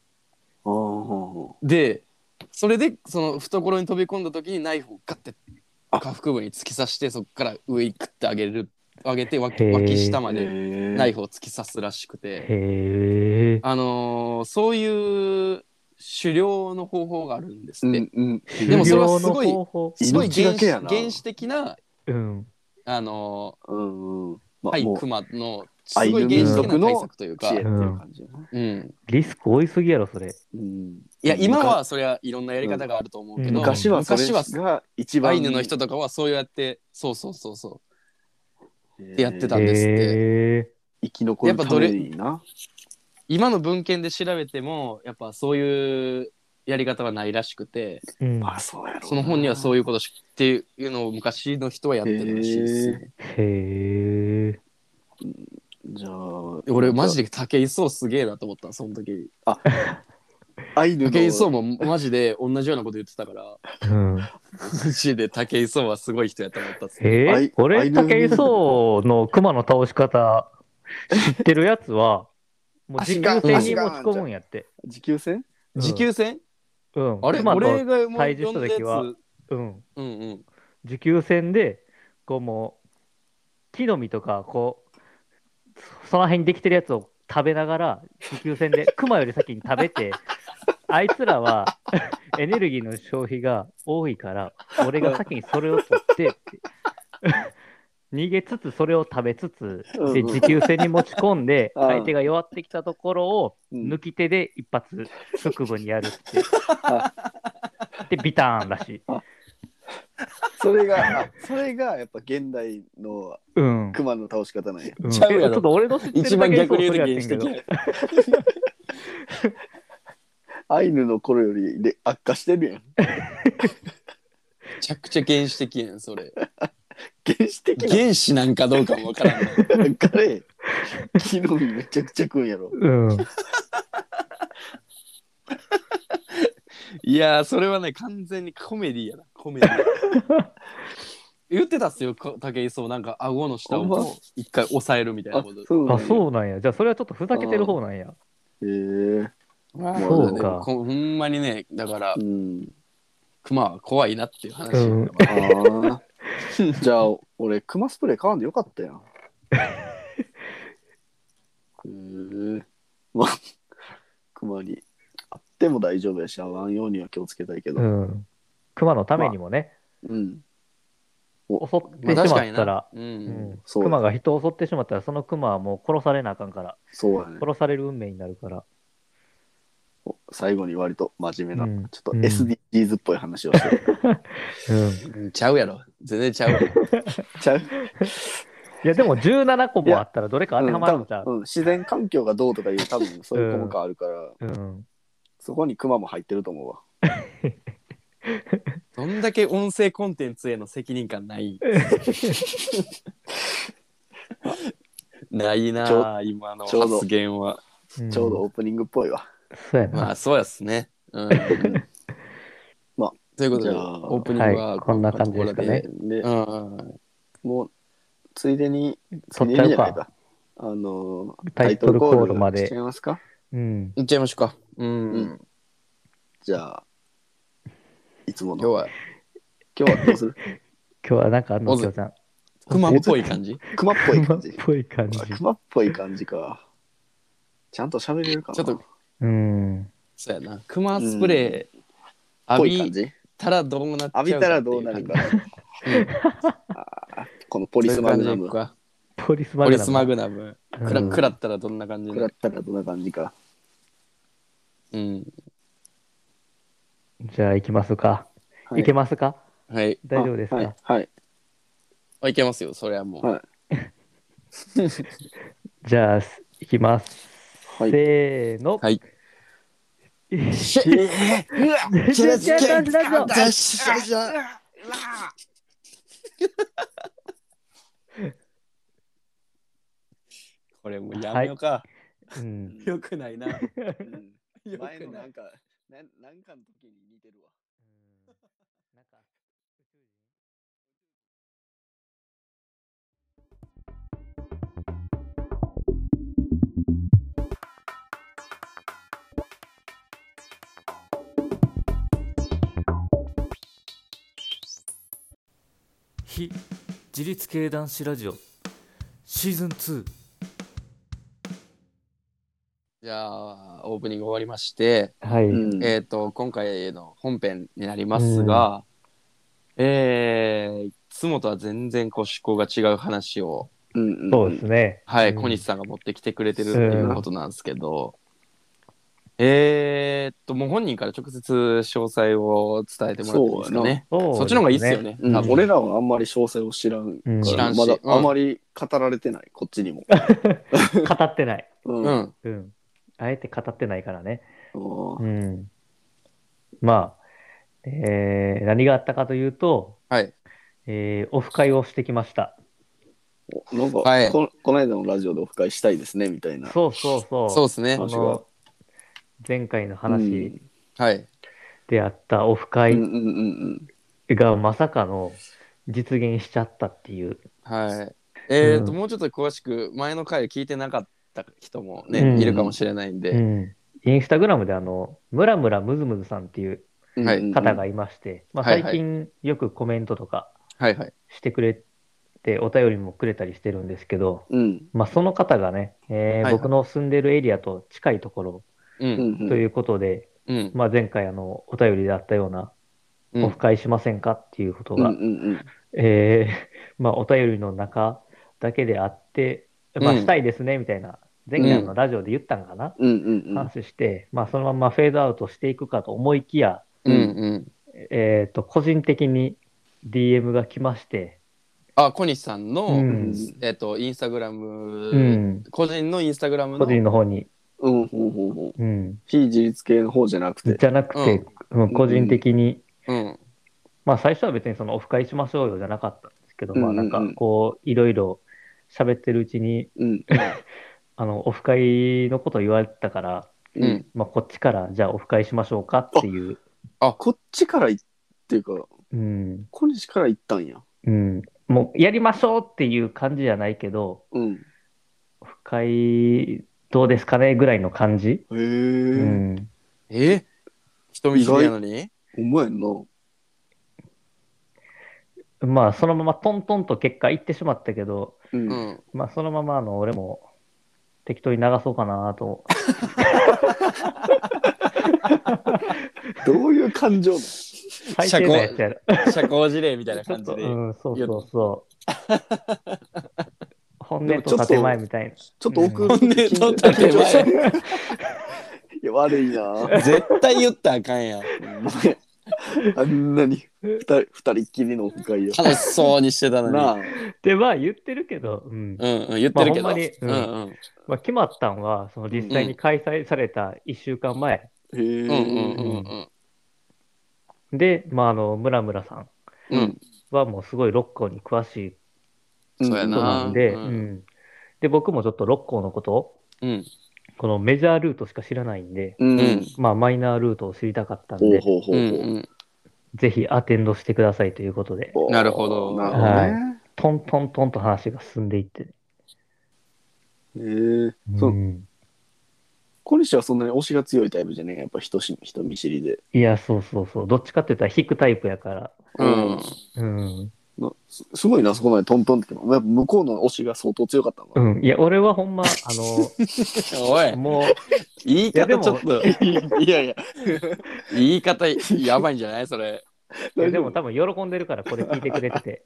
Speaker 1: う。でそれでその懐に飛び込んだ時にナイフをガッて下腹部に突き刺して、そこから上にグッて上げて脇下までナイフを突き刺すらしくて、そういう狩猟の方法があるんですって。でもそれはすごい原始的な、はい、クマのすごい原始的な対策というか、
Speaker 2: リスク多いすぎやろそれ。
Speaker 1: いや今はそりゃいろんなやり方があると思うけど、
Speaker 3: 昔はそれが一番
Speaker 1: アイヌの人とかはそうやってってやってたんですって。
Speaker 3: 生き残るためにな。
Speaker 1: 今の文献で調べてもやっぱそういうやり方はないらしくて、その本にはそういうことっていうのを昔の人はやってるらしいです。じゃあ俺マジで武井壮すげえなと思ったその時。武井壮もマジで同じようなこと言ってたから、マジで武井壮はすごい人やと思ったっす。
Speaker 2: 俺武井壮の熊の倒し方知ってるやつはもう持久戦に持ち込むんやって。
Speaker 3: 持久戦？
Speaker 2: あれ俺が対峙した時は持久戦でこうもう木の実とかこうその辺にできてるやつを食べながら持久戦でクマより先に食べてあいつらはエネルギーの消費が多いから俺が先にそれを取って逃げつつそれを食べつつで持久戦に持ち込んで相手が弱ってきたところを抜き手で一発腹部にやるってでビターンらしい。
Speaker 3: それがやっぱ現代のクマの倒し方なんや。
Speaker 1: ちゃうやろ。
Speaker 2: ちょっと俺の知ってる
Speaker 1: 一番逆に言うと原始的。
Speaker 3: アイヌの頃よりで悪化してるやん。め
Speaker 1: ちゃくちゃ原始的やんそれ。
Speaker 3: 原始的
Speaker 1: 原始なんかどうかもわからんない。
Speaker 3: 彼木の実めちゃくちゃ食うんやろ。
Speaker 1: いやそれはね完全にコメディやなコメディ。言ってたっすよ武井壮なんか顎の下を一回押さえるみたいなこと。
Speaker 2: そうなんや。じゃあそれはちょっとふざけてる方なんや。
Speaker 1: そうか。ほんまにねだからクマは怖いなっていう話。
Speaker 3: じゃあ俺クマスプレー買わんでよかったやん。まあクマにあっても大丈夫やし会わんようには気をつけたいけど、
Speaker 2: クマのためにもね、襲ってしまったら、クマが人を襲ってしまったらそのクマはもう殺されなあかんから、殺される運命になるから。
Speaker 3: 最後に割と真面目な、ちょっと SDGs っぽい話をして
Speaker 1: る。ちゃうやろ。全然ちゃう。
Speaker 3: ちゃう。
Speaker 2: いやでも17個もあったらどれか当てはまるんちゃう？
Speaker 3: 自然環境がどうとかいう多分そういう項目あるから、そこにクマも入ってると思うわ。
Speaker 1: どんだけ音声コンテンツへの責任感ないないな今の発言は。
Speaker 3: ちょうどオープニングっぽいわ。
Speaker 2: そうやな。
Speaker 1: まあそうやっすね。まあということでオープニングは
Speaker 2: こんな感じですかね。
Speaker 3: もうついでに
Speaker 2: 取っちゃうか。タイトルコールまで。
Speaker 3: いっちゃいますか。
Speaker 1: いっちゃいましょうか。
Speaker 3: じゃあいつもの
Speaker 1: 今
Speaker 3: 日はどうする？
Speaker 2: 今日はなんかあるの？きょうさん。
Speaker 1: クマっぽい感じ？
Speaker 3: クマっぽい感じ。
Speaker 2: クマっぽい感じ。
Speaker 3: クマっぽい感じか。ちゃんと喋れるかな。
Speaker 1: ちょっとそうやな。クマスプレー浴びたらどうなっちゃうか。
Speaker 3: 浴びたらどうなるか。このポリスマグナム。
Speaker 2: ポリスマグナム。
Speaker 1: 食らったらどんな感じ？
Speaker 3: 食らったらどんな感じか。
Speaker 2: じゃあ行きますか。いけますか？
Speaker 1: はい。
Speaker 2: 大丈夫ですか？
Speaker 3: はい。
Speaker 1: いけますよ。それはもう。
Speaker 2: じゃあ行きます。せーの。
Speaker 1: はい。これもうやめようか。
Speaker 2: うん。
Speaker 1: よくないな。よく
Speaker 3: 前の
Speaker 1: な。
Speaker 3: ないんかの時に似てるわ。
Speaker 2: なんか宇宙人
Speaker 4: 非自立系男子ラジオシーズン2。
Speaker 1: じゃあオープニング終わりまして、
Speaker 2: はい。
Speaker 1: 今回の本編になりますが、いつもとは全然こう趣向が違う話を、
Speaker 2: そうですね。
Speaker 1: はい、小西さんが持ってきてくれてるっていうことなんですけど、もう本人から直接詳細を伝えてもらってもいいですかね。そっちの方がいいっすよね。多分
Speaker 3: 俺らはあんまり詳細を知らんから、
Speaker 1: 知らんし
Speaker 3: まだあまり語られてない、こっちにも。
Speaker 2: 語ってない。
Speaker 1: うん
Speaker 2: あえて語ってないからね。
Speaker 3: うん。
Speaker 2: まあ、何があったかというと、
Speaker 1: はい。
Speaker 2: オフ会をしてきました。
Speaker 3: なんか、
Speaker 1: はい
Speaker 3: この間のラジオでオフ会したいですね、みたいな。
Speaker 2: そうそうそう。
Speaker 1: そうですね。
Speaker 2: 前回の話
Speaker 1: はい。
Speaker 2: であったオフ会がまさかの実現しちゃったっていう。
Speaker 1: はい。もうちょっと詳しく前の回聞いてなかった人もね、いるかもしれないんで。
Speaker 2: インスタグラムでムラムラムズムズさんっていう方がいまして、まあ、最近よくコメントとかしてくれて、お便りもくれたりしてるんですけど、まあ、その方がね、僕の住んでるエリアと近いところということで、まあ、前回お便りであったようなオフ会しませんかっていうことが、まあ、お便りの中だけであって、まあ、したいですねみたいな、前回のラジオで言ったんかな、話して、まあ、そのままフェードアウトしていくかと思いきや、個人的に DM が来まして、
Speaker 1: 小西さんの、インスタグラム、個人のインスタグラムの
Speaker 2: 個人の方に。
Speaker 3: 非自立系の方じゃなくて。
Speaker 2: 個人的に。まあ最初は別にそのオフ会しましょうよじゃなかったんですけど、まあなんかこういろいろ喋ってるうちに、オフ会のこと言われたから、まあこっちからじゃあオフ会しましょうかっていう。
Speaker 3: こっちからっていうか、小西から行ったんや。
Speaker 2: もうやりましょうっていう感じじゃないけど、オフ会どうですかねぐらいの感じ。
Speaker 1: 人見知りやのに
Speaker 3: お前んな。
Speaker 2: まあそのままトントンと結果いってしまったけど、まあそのまま俺も適当に流そうかなと。
Speaker 3: どういう感情
Speaker 2: 最低なやつやる。
Speaker 1: 社交辞令みたいな感じで。
Speaker 2: そうそうそう。本音と建前みたいな。
Speaker 3: ちょっと奥
Speaker 1: 本音と建前。
Speaker 3: いや悪いな。
Speaker 1: 絶対言ったらあかんやん。
Speaker 3: あんなに二人っきりのオフ会よ。
Speaker 1: 楽しそうにしてたのに。
Speaker 2: でまあ言ってるけど、
Speaker 1: 言ってるけど。
Speaker 2: まあ、ほんまに、まあ、決まったんはその実際に開催された1週間前。で、まあ村村さんはもうすごい六甲に詳しい人なんで、で僕もちょっと六甲のことを、このメジャールートしか知らないんで、まあマイナールートを知りたかったんで、ぜひアテンドしてくださいということで。
Speaker 1: なるほど。
Speaker 2: トントントンと話が進んでいって。
Speaker 3: 小西はそんなに推しが強いタイプじゃねえやっぱ人見知りで。
Speaker 2: いや、そうそうそう。どっちかって言ったら引くタイプやから。
Speaker 3: すごいな、そこまでトントンって。向こうの推しが相当強かったのか
Speaker 2: いや、俺はほんま、
Speaker 1: おい、
Speaker 2: もう、
Speaker 1: 言い方ちょっと、
Speaker 3: いやいや、
Speaker 1: 言い方やばいんじゃないそれ。
Speaker 2: いやでも多分喜んでるからこれ聞いてくれてて。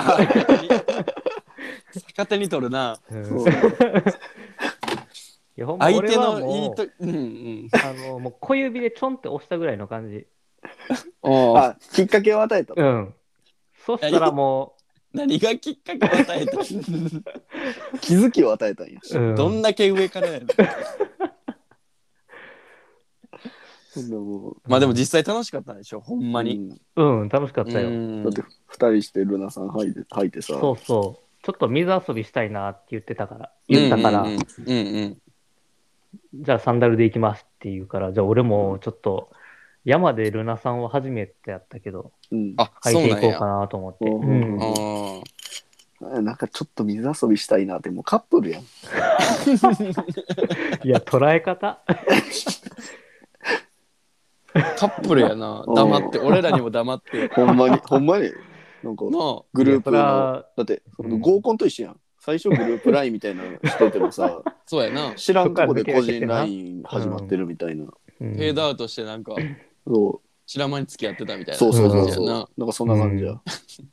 Speaker 1: 逆手に取るな。
Speaker 2: いやほんま俺はもう
Speaker 1: 相手
Speaker 2: もう小指でちょんって押したぐらいの感じ。
Speaker 3: きっかけを与えた。
Speaker 2: そしたらも
Speaker 1: う何がきっかけを与えた
Speaker 3: 気づきを与えたんや。
Speaker 1: どんだけ上からやるまあでも実際楽しかったんでしょほんまに。
Speaker 2: 楽しかったよ。
Speaker 3: だって2人してルナさん履いてさ。
Speaker 2: そうそう。ちょっと水遊びしたいなって言ったから。 じゃあサンダルで行きますって言うから、じゃあ俺もちょっと、山でルナさんは初めてやったけど、
Speaker 1: あ、
Speaker 2: 履
Speaker 1: そうなんや。
Speaker 2: いていこうかなと思って。
Speaker 3: なんかちょっと水遊びしたいなって、もうカップルやん。
Speaker 2: いや、捉え方
Speaker 1: カップルやな。黙って、俺らにも黙って。
Speaker 3: ほんまに、ほんまに。なんか、グループの、だって、合コンと一緒やん。最初グループ LINE みたいなのしててもさ、
Speaker 1: そうやな。
Speaker 3: 知らんとこで個人 LINE 始まってるみたいな。
Speaker 1: フェードアウトしてなんか、知らん間に付き合ってたみたいな。
Speaker 3: そうそうそうそう。なんかそんな感じや。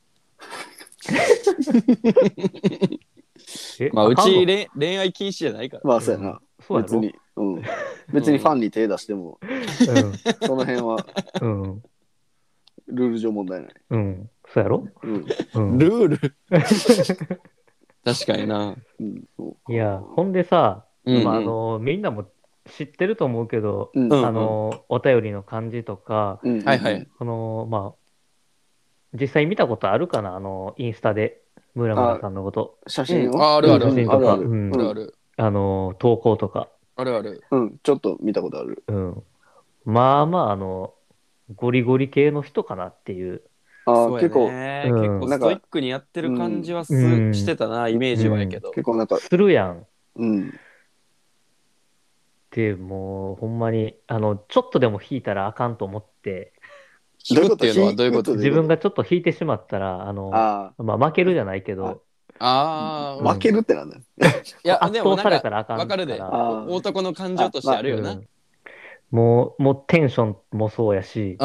Speaker 1: まあうち恋愛禁止じゃないから。
Speaker 3: まあそうやな。別に。別にファンに手出しても、その辺は、ルール上問題ない。
Speaker 2: そうやろ
Speaker 1: ルール確かにな。
Speaker 2: いや、ほんでさ、みんなも知ってると思うけど、お便りの感じとか、実際見たことあるかな、インスタで、村村さんのこと。
Speaker 3: 写真を
Speaker 1: あるある。
Speaker 2: 写真とか、あ
Speaker 1: るある。
Speaker 2: 投稿とか。
Speaker 1: あるある。
Speaker 3: ちょっと見たことある。
Speaker 2: まあまあ、ゴリゴリ系の人かなっていう。
Speaker 1: 結構ストイックにやってる感じはしてたな、イメージはやけど。
Speaker 3: 結構なんか。
Speaker 2: するやん。でもう、ほんまに、ちょっとでも引いたらあかんと思って、
Speaker 1: 引くっていうのはどういうこと？
Speaker 2: 自分がちょっと引いてしまったら、負けるじゃないけど、
Speaker 3: 負けるってなんだよ。
Speaker 2: いや、圧倒されたらあかん。
Speaker 1: わかるで。男の感情としてあるよな。
Speaker 2: もうテンションもそうやし、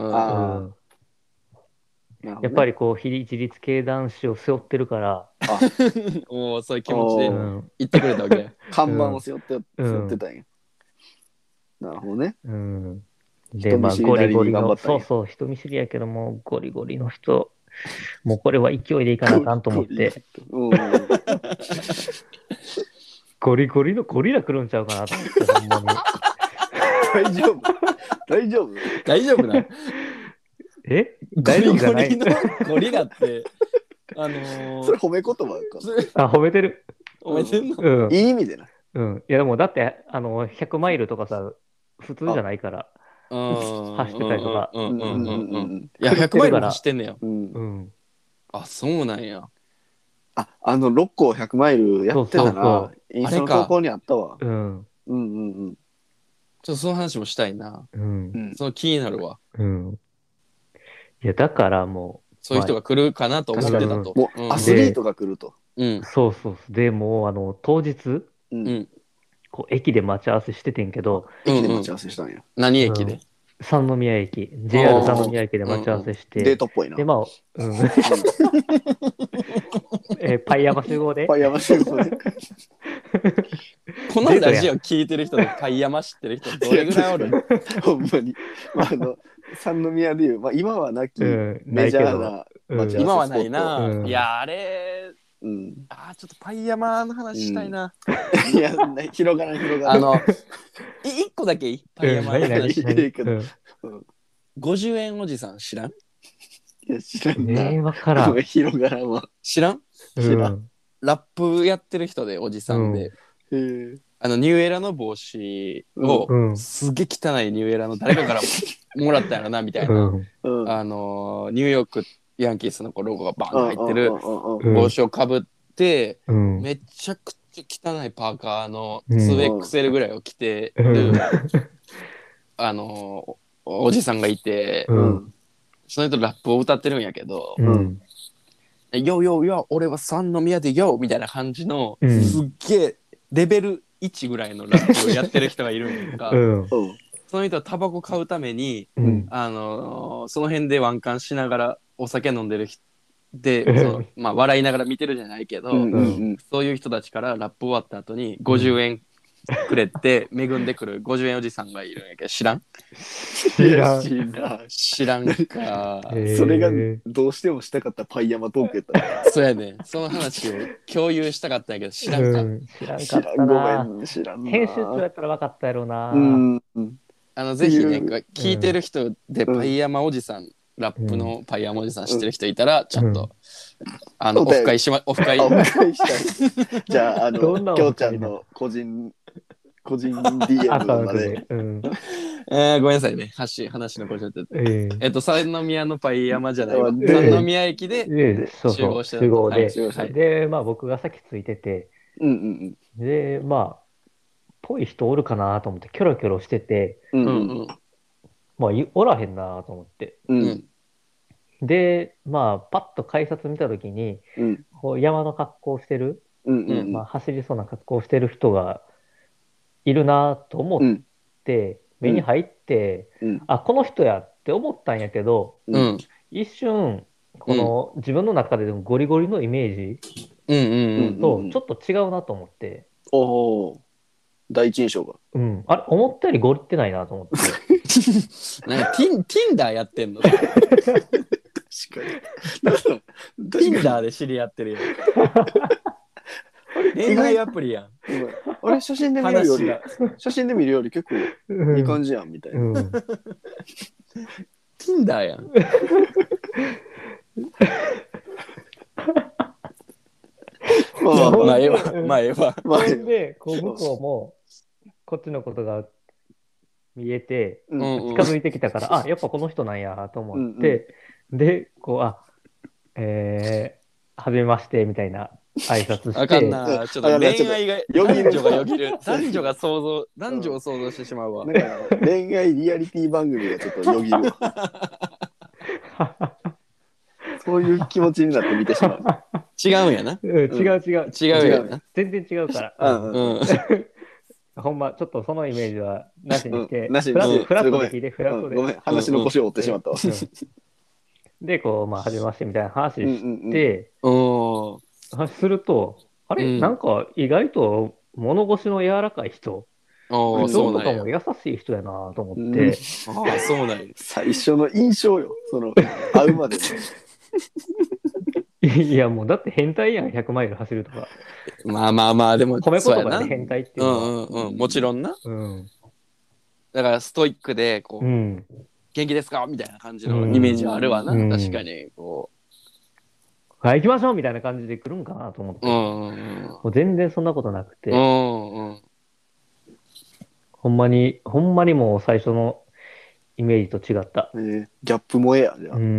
Speaker 2: やっぱりこう、自立系男子を背負ってるから、
Speaker 1: そういう気持ちで言ってくれたわけ。
Speaker 3: 看板を背負ってたんや。なるほどね。
Speaker 2: で、まあ、ゴリゴリの、そうそう、人見知りやけども、ゴリゴリの人、もうこれは勢いでいかなあかんと思って、ゴリゴリのゴリラ来るんちゃうかなと思って、ほんまに。
Speaker 3: 大丈夫大丈夫
Speaker 1: 大丈夫な
Speaker 2: 大丈夫じゃない？
Speaker 1: ゴリラって、
Speaker 3: それ褒め言葉か。
Speaker 2: 褒めてる。
Speaker 1: 褒めてんの？
Speaker 3: いい意味でな。
Speaker 2: いやでもだって、100マイルとかさ、普通じゃないから。走ってたりとか。
Speaker 1: いや、100マイル走ってんねや。あ、そうなんや。
Speaker 3: 6個100マイルやってたな。インスタの投稿にあったわ。
Speaker 1: ちょっとその話もしたいな。その気になるわ。
Speaker 2: いや、だからも
Speaker 1: う。そういう人が来るかなと思ってたと。
Speaker 3: アスリートが来ると。
Speaker 2: そうそう。でもう、当日、こう駅で待ち合わせしててんけど、
Speaker 3: 駅で待ち合わせしたんや。
Speaker 1: 何駅で？
Speaker 2: 三宮駅、JR 三宮駅で待ち合わせして、
Speaker 3: デートっぽいな。
Speaker 2: で、まあ、パイ山集合で。
Speaker 3: パイ山集合で。
Speaker 1: このラジオ聞いてる人でパイ山知ってる人どれぐらいおる？
Speaker 3: ほんまに。三宮でいう、今はなきメジャーな待ち合わせスポット。
Speaker 1: 今はないな。いや、あれ、ちょっとパイ山の話したいな。
Speaker 3: いや、広がらん。
Speaker 1: 一個だけいい？パイ山の話したいけど。50円おじさん知らん？
Speaker 3: いや、知らんな。
Speaker 2: わからん。
Speaker 3: 広がらんわ。
Speaker 1: 知らん？ラップやってる人で、おじさんで。ニューエラの帽子を、すげえ汚いニューエラの誰かからもらったやろな、みたいな。ニューヨークヤンキースのロゴがバーンと入ってる帽子をかぶって、めちゃくちゃ汚いパーカーの 2XL ぐらいを着てる、おじさんがいて、その人ラップを歌ってるんやけど、よよよ、俺は三宮でよみたいな感じの、すっげえレベル1ぐらいのラップをやってる人がいるんやんか。その人はタバコ買うために、その辺でワンカンしながらお酒飲んでる人で、笑いながら見てるじゃないけど、そういう人たちからラップ終わった後に50円くれて恵んでくる50円おじさんがいるんやけど、知らんか。
Speaker 3: それがどうしてもしたかったパイ山トークやった。
Speaker 1: そうやね。その話を共有したかったんやけど、知らんか。
Speaker 2: 知らんかったな。
Speaker 3: 知らんな。
Speaker 2: 編集長やったら分かったやろうな。
Speaker 1: ぜひね、聞いてる人でパイ山おじさん、ラップのパイ山おじさん知ってる人いたら、ちょっと、オフ会したい。じゃあ、きょうちゃんの個人
Speaker 3: 個人 DM まで。
Speaker 1: ごめんなさいね。話のこちゃって。三宮のパイ山じゃないわ。三宮駅で集合してた。
Speaker 2: 集合で。で、まあ僕が先ついてて、で、まあ、ぽい人おるかなと思ってキョロキョロしてて、まあ、おらへんなと思って。で、まあ、パッと改札見たときに、こう山の格好をしてる、まあ、走りそうな格好をしてる人がいるなと思って、目に入って、あ、この人やって思ったんやけど、一瞬、この自分の中でのゴリゴリのイメージとちょっと違うなと思って。
Speaker 3: 第一印象が。
Speaker 2: あれ、思ったよりゴリってないなと思って。
Speaker 1: なんかTinder やってんの？
Speaker 3: 確か
Speaker 1: に。Tinder で知り合ってるよ。恋愛アプリやん。
Speaker 3: あれ、写真で見るより結構いい感じやんみたいな。
Speaker 1: Tinder やん。まあええわ。
Speaker 2: で、こう向こうもこっちのことが見えて、近づいてきたから、あ、やっぱこの人なんやと思って、で、こう、はじめましてみたいな挨拶して。
Speaker 1: あかんな、ちょっと恋愛が、男女がよぎる。男女を想像してしまうわ。
Speaker 3: 恋愛リアリティ番組がちょっとよぎるわ。そういう気持ちになって見てしまう。
Speaker 1: 違うんやな。
Speaker 2: 違うやな。全然違うから。ほんま、ちょっとそのイメージはなしにして、フラットで聞いて、フラットで。
Speaker 3: ごめん、話の腰を折ってしまったわ。
Speaker 2: で、こう、まあ、始めましてみたいな話して、すると、あれ、なんか意外と物腰の柔らかい人、表情とかも優しい人やなと思って。
Speaker 1: そうなんや。
Speaker 3: 最初の印象よ、会うまでの。
Speaker 2: いや、もうだって変態やん、100マイル走るとか。
Speaker 1: まあ、でも、
Speaker 2: 褒め言葉で変態っていうのは。
Speaker 1: もちろんな。だから、ストイックで、こう、元気ですかみたいな感じのイメージはあるわな。確かに、こ
Speaker 2: う。はい、行きましょうみたいな感じで来るんかなと思って。もう全然そんなことなくて。ほんまにもう最初のイメージと違った。
Speaker 3: ギャップ萌えや、じゃあ。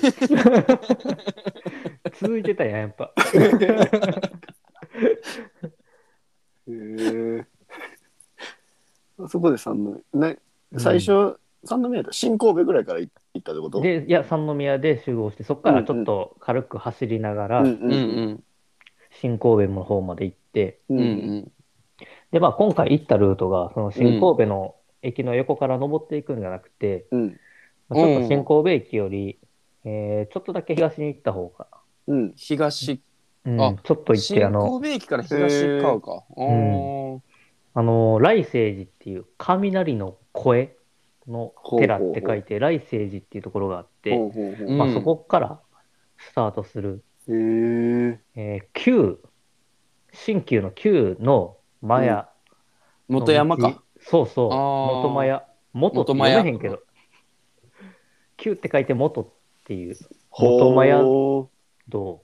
Speaker 2: 続いてたやん、やっぱ。
Speaker 3: そこで最初、三宮やった新神戸ぐらいから行ったってこと？
Speaker 2: いや、三宮で集合して、そこからちょっと軽く走りながら、新神戸の方まで行って、で、まあ今回行ったルートが、その新神戸の駅の横から登っていくんじゃなくて、ちょっと新神戸駅より、ちょっとだけ東に行った方が。
Speaker 1: 東。
Speaker 2: ちょっと行って、
Speaker 1: 新神戸駅から東側か。
Speaker 2: 来世寺っていう雷の声の寺って書いて、来世寺っていうところがあって、まあそこからスタートする、新旧の旧のマヤ。
Speaker 1: 元山か。
Speaker 2: そうそう。元マヤ。元って読めへんけど。旧って書いて元っていう。元マヤ道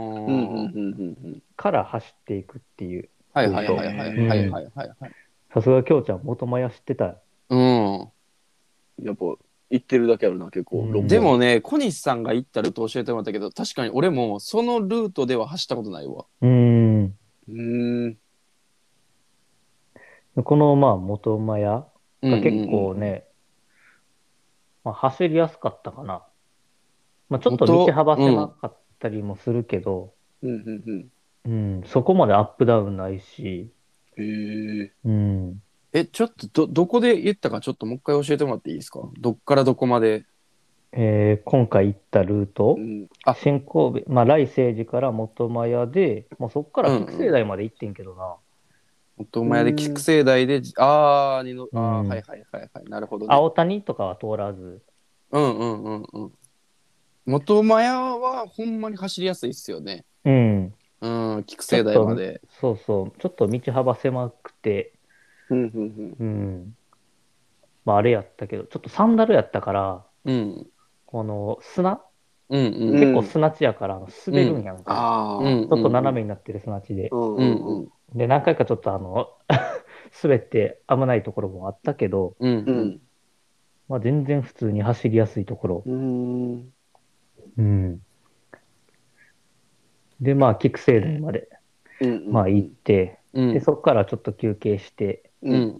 Speaker 2: から走っていくっていう。
Speaker 1: はい。
Speaker 2: さすがきょうちゃん、元マヤ知ってた。
Speaker 3: やっぱ行ってるだけあるな、結構。
Speaker 1: でもね、小西さんが行ったルート教えてもらったけど、確かに俺もそのルートでは走ったことないわ。
Speaker 2: このまあ元マヤが結構ね、まあ、走りやすかったかな。まあ、ちょっと道幅狭かったりもするけど、そこまでアップダウンないし。
Speaker 1: ちょっとどこで言ったかちょっともう一回教えてもらっていいですか？どっからどこまで。
Speaker 2: 今回行ったルート、新神戸、まあ来世寺から元マヤで、もうそこから菊生台まで行ってんけどな。
Speaker 1: 元マヤで菊生台で、はいなるほどね。
Speaker 2: 青谷とかは通らず。
Speaker 1: 元マヤはほんまに走りやすいっすよね。菊生台まで。
Speaker 2: そうそう。ちょっと道幅狭くて。まああれやったけど、ちょっとサンダルやったから、この砂、結構砂地やから滑るんやんか。ちょっと斜めになってる砂地で。で、何回かちょっと滑って危ないところもあったけど、
Speaker 1: うん。
Speaker 2: まあ全然普通に走りやすいところ。うん。で、まあ、菊生台まで、まあ行って、で、そこからちょっと休憩して、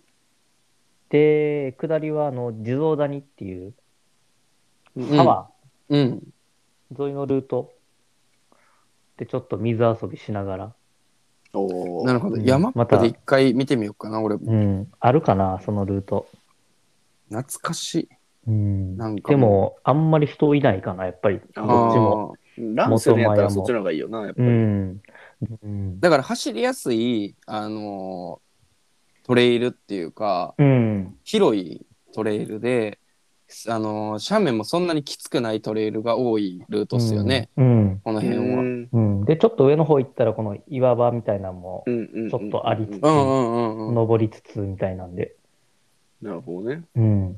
Speaker 2: で、下りは、地蔵谷っていう、沢沿いのルートでちょっと水遊びしながら。
Speaker 1: なるほど。山っぱで一回見てみようかな、俺も。
Speaker 2: あるかな、そのルート。
Speaker 1: 懐かしい。
Speaker 2: なんかでも、あんまり人いないかな、やっぱり。どっちも。
Speaker 3: ランするんやったらそっちの方がいいよな、やっぱり。
Speaker 1: だから走りやすい、トレイルっていうか、広いトレイルで、斜面もそんなにきつくないトレイルが多いルートっすよね、この辺は。
Speaker 2: で、ちょっと上の方行ったら、この岩場みたいなのも、ちょっとありつつ、登りつつみたいなんで。
Speaker 3: なるほどね。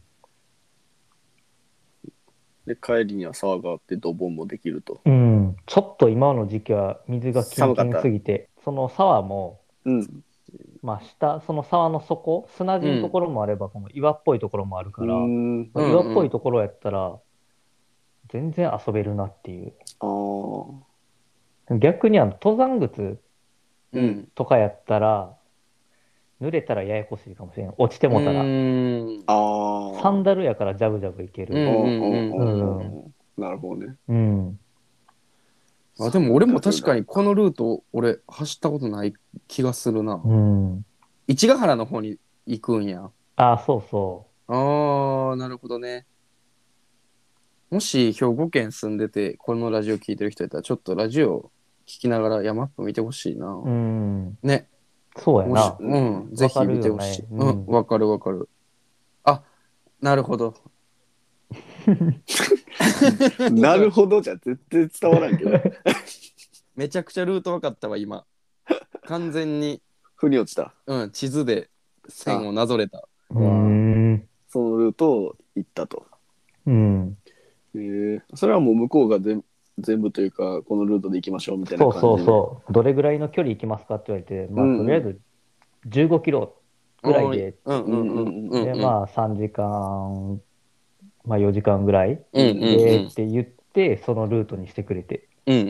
Speaker 3: で、帰りには沢があって、ドボンもできると。
Speaker 2: ちょっと今の時期は水がキンキンすぎて、その沢も、まあその沢の底、砂地のところもあれば、この岩っぽいところもあるから、岩っぽいところやったら、全然遊べるなっていう。逆に登山靴とかやったら、濡れたらややこしいかもしれん。落ちてもたら。サンダルやからジャブジャブいける。
Speaker 3: なるほどね。
Speaker 1: でも俺も確かにこのルート俺走ったことない気がするな。市ヶ原の方に行くんや。
Speaker 2: そうそう。
Speaker 1: なるほどね。もし兵庫県住んでてこのラジオ聞いてる人やったらちょっとラジオ聞きながら山っぽ見てほしいな。ね。
Speaker 2: そうやな。
Speaker 1: ぜひ見てほしい。わかるわかる。あ、なるほど。
Speaker 3: なるほどじゃ絶対伝わらんけど。
Speaker 1: めちゃくちゃルート分かったわ今。完全に
Speaker 3: 腑に落ちた。
Speaker 1: 地図で線をなぞれた。
Speaker 3: そのルートを行ったと。それはもう向こうが全部というかこのルートで行きましょうみたいな感じで。
Speaker 2: そうどれぐらいの距離行きますかって言われて、まあとりあえず15キロぐらいで、でまあ3時間、まあ4時間ぐらいでって言ってそのルートにしてくれて。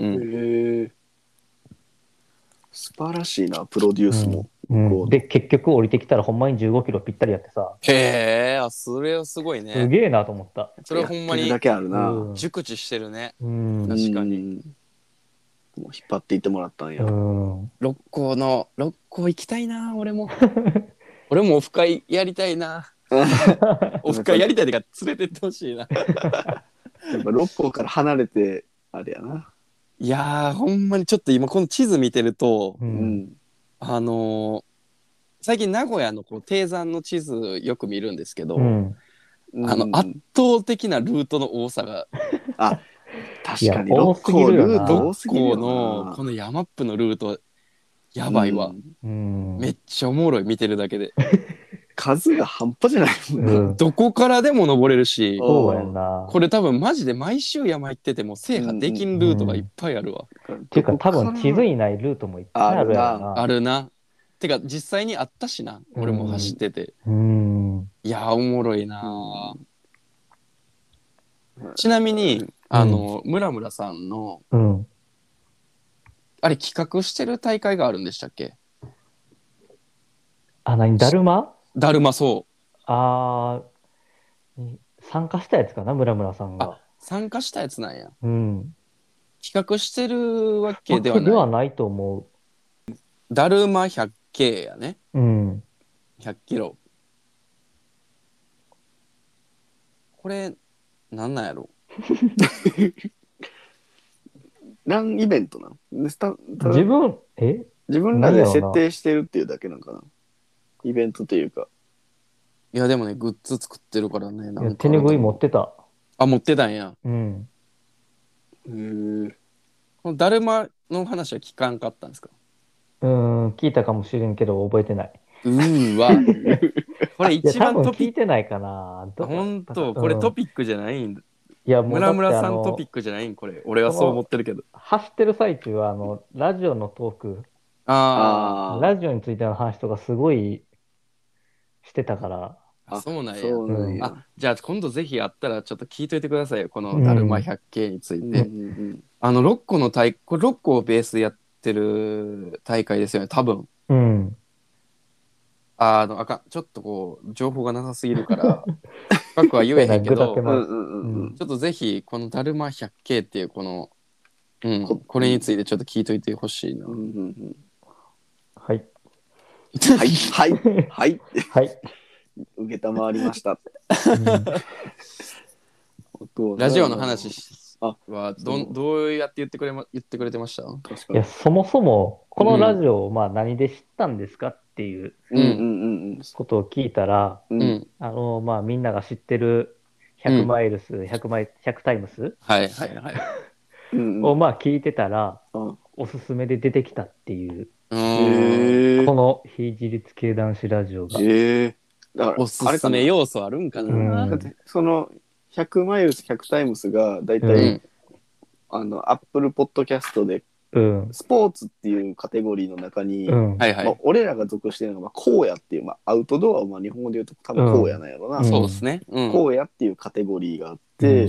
Speaker 3: 素晴らしいな、プロデュースも。
Speaker 2: で、結局降りてきたらほんまに15キロぴったりやってさ。
Speaker 1: へえ、それはすごいね。
Speaker 2: すげえなと思った。
Speaker 1: それはほんまに
Speaker 3: だけあるな。
Speaker 1: 熟知してるね。確かに。
Speaker 3: もう引っ張っていってもらったんや。
Speaker 1: 六甲行きたいな、俺も。俺もオフ会やりたいな。オフ会やりたいってか連れてってほしいな。
Speaker 3: やっぱ六甲から離れてあれやな。
Speaker 1: いやーほんまにちょっと今この地図見てると、最近名古屋の低山の地図よく見るんですけど、圧倒的なルートの多さが
Speaker 3: 確かに六甲ルート多すぎるよな。
Speaker 1: 六甲のこの山っぷのルートやばいわ、めっちゃおもろい見てるだけで。
Speaker 3: 数が半端じゃないもんな、
Speaker 1: どこからでも登れるし、
Speaker 2: そうやな。
Speaker 1: これ多分マジで毎週山行ってても制覇できんルートがいっぱいあるわ。
Speaker 2: っていうか多分地図にないルートもいっぱいあるやろな。
Speaker 1: あるな。てか実際にあったしな、俺も走ってて。いやおもろいな。ちなみに村村さんのあれ企画してる大会があるんでしたっけ？
Speaker 2: 何だるま？
Speaker 1: だるま、そう。
Speaker 2: 参加したやつかな、村村さんが。
Speaker 1: 参加したやつなんや。企画してるわけではない。
Speaker 2: ではないと思
Speaker 1: う。だるま 100K やね。100キロ。これ、なんなんやろ。
Speaker 3: 何イベントなん？
Speaker 2: 自
Speaker 3: 分らで設定してるっていうだけなんかな。イベントっていうか。
Speaker 1: いやでもね、グッズ作ってるからね。
Speaker 2: なんか手拭い持ってた。
Speaker 1: 持ってたんや。このだるまの話は聞かんかったんですか？
Speaker 2: 聞いたかもしれんけど覚えてない。
Speaker 1: わ。これ一番
Speaker 2: 聞いてないかな。
Speaker 1: 本当、これトピックじゃないんだ。
Speaker 2: いやもう
Speaker 1: 村村さんトピックじゃないんこれ。俺はそう思ってるけど。
Speaker 2: 走ってる最中はラジオのトーク。ラジオについての話とかすごいしてたから。
Speaker 1: そうなんや。
Speaker 3: そうなんや。
Speaker 1: じゃあ今度ぜひ会ったらちょっと聞いといてくださいよ、このだるま百景について。6個のこれ6個をベースでやってる大会ですよね、多分。
Speaker 2: うん。
Speaker 1: あかん。ちょっとこう、情報がなさすぎるから、深くは言えへんけど、ちょっとぜひ、このだるま百景っていうこの、これについてちょっと聞いといてほしいな。
Speaker 2: はい。
Speaker 3: はい、はい、はい。
Speaker 2: はい。
Speaker 3: 受けたまわりました。
Speaker 1: ラジオの話はどうやって言ってくれてました？
Speaker 2: いや、そもそもこのラジオを何で知ったんですかっていうことを聞いたら、みんなが知ってる100マイルス、100タイムス
Speaker 1: はいはいはい
Speaker 2: を聞いてたら、おすすめで出てきたっていう、この非自立系男子ラジオが。
Speaker 1: だからおすすめ要素あるんかな。
Speaker 3: だってその100マイルス100タイムスがだいたいアップルポッドキャストでスポーツっていうカテゴリーの中に、俺らが属してるのが荒野っていう、アウトドアを日本語で言うと多分荒野なんやろな、
Speaker 1: そうですね、
Speaker 3: 荒野っていうカテゴリーがあって、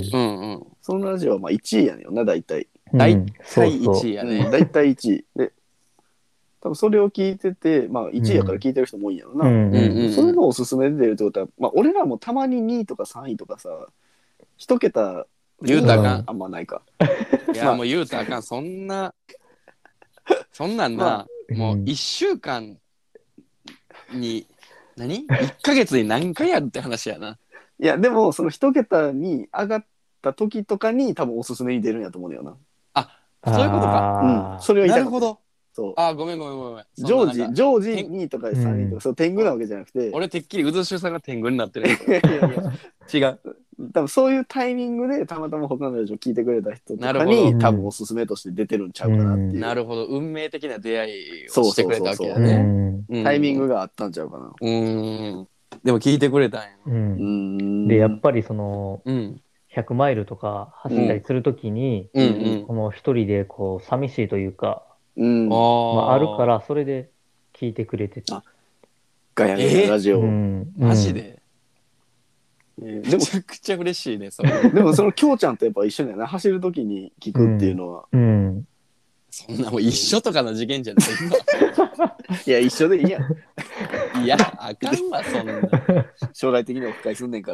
Speaker 3: そのラジオは1位やねんよな、大体
Speaker 1: 1位やね、
Speaker 3: 大体1位で、多分それを聞いてて、1位やから聞いてる人も多いんやろな、それのおすすめで出るってことは、俺らもたまに2位とか3位とかさ、1桁
Speaker 1: 言うたらあかん。
Speaker 3: あんまないか。
Speaker 1: いや、もう言うたらあかん。そんなんな、もう1週間に、1ヶ月に何回やるって話やな。
Speaker 3: いや、でも、その1桁に上がった時とかに多分おすすめに出るんやと思うんだよな。
Speaker 1: そういうことか。
Speaker 3: それを言いたかった。
Speaker 1: なるほど。
Speaker 3: そう。
Speaker 1: ごめん。
Speaker 3: ジョージ2位とか3位とか、そう天狗なわけじゃなくて。
Speaker 1: 俺てっきりうずしゅうさんが天狗になってる。いや違う。
Speaker 3: 多分そういうタイミングでたまたま他のラジオ聞いてくれた人とかに多分おすすめとして出てるんちゃうかなっていう。
Speaker 1: なるほど。運命的な出会いをしてくれたわけだね。
Speaker 3: タイミングがあったんちゃうかな。
Speaker 1: でも聞いてくれたんや。
Speaker 2: で、やっぱりその、100マイルとか走ったりするときに、この一人でこう寂しいというか、あるから、それで聞いてくれてた。
Speaker 3: ガヤガヤラジオ。
Speaker 1: マジでめちゃくちゃ嬉しいね、それ。
Speaker 3: でもそのきょうちゃんとやっぱ一緒だよね。走るときに聞くっていうのは。
Speaker 1: そんなもう一緒とかの事件じゃない。
Speaker 3: いや、一緒でいいやん。
Speaker 1: いや、あかんわ、そんな。
Speaker 3: 将来的にオフ会すんねんから。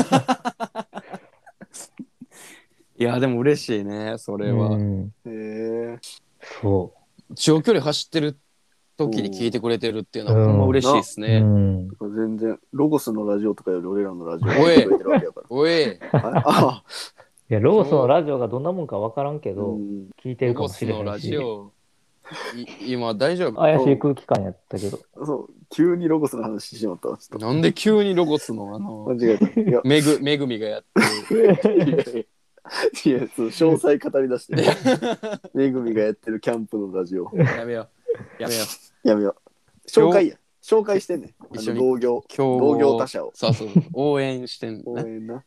Speaker 1: いや、でも嬉しいね、それは。
Speaker 2: そう。
Speaker 1: 長距離走ってる時に聞いてくれてるっていうのはほんま嬉しいですね。
Speaker 3: 全然、ロゴスのラジオとかより俺らのラジオ
Speaker 1: を聞いてくれてるわけやから。おい。
Speaker 2: いや、ロゴスのラジオがどんなもんか分からんけど、聞いてるかもしれないし。ロゴスのラジオ、今大丈夫？ 怪しい空気感やったけど。
Speaker 3: そう、急にロゴスの話しまったわ。
Speaker 1: なんで急にロゴスの
Speaker 3: 間違えた。
Speaker 1: めぐみがやってる。
Speaker 3: いや、そう詳細語り出してる。めぐみがやってるキャンプのラジオ。
Speaker 1: やめよ
Speaker 3: う。紹介してんね。一緒に同業他社を。
Speaker 1: そう、応援してんね。
Speaker 3: 応援な。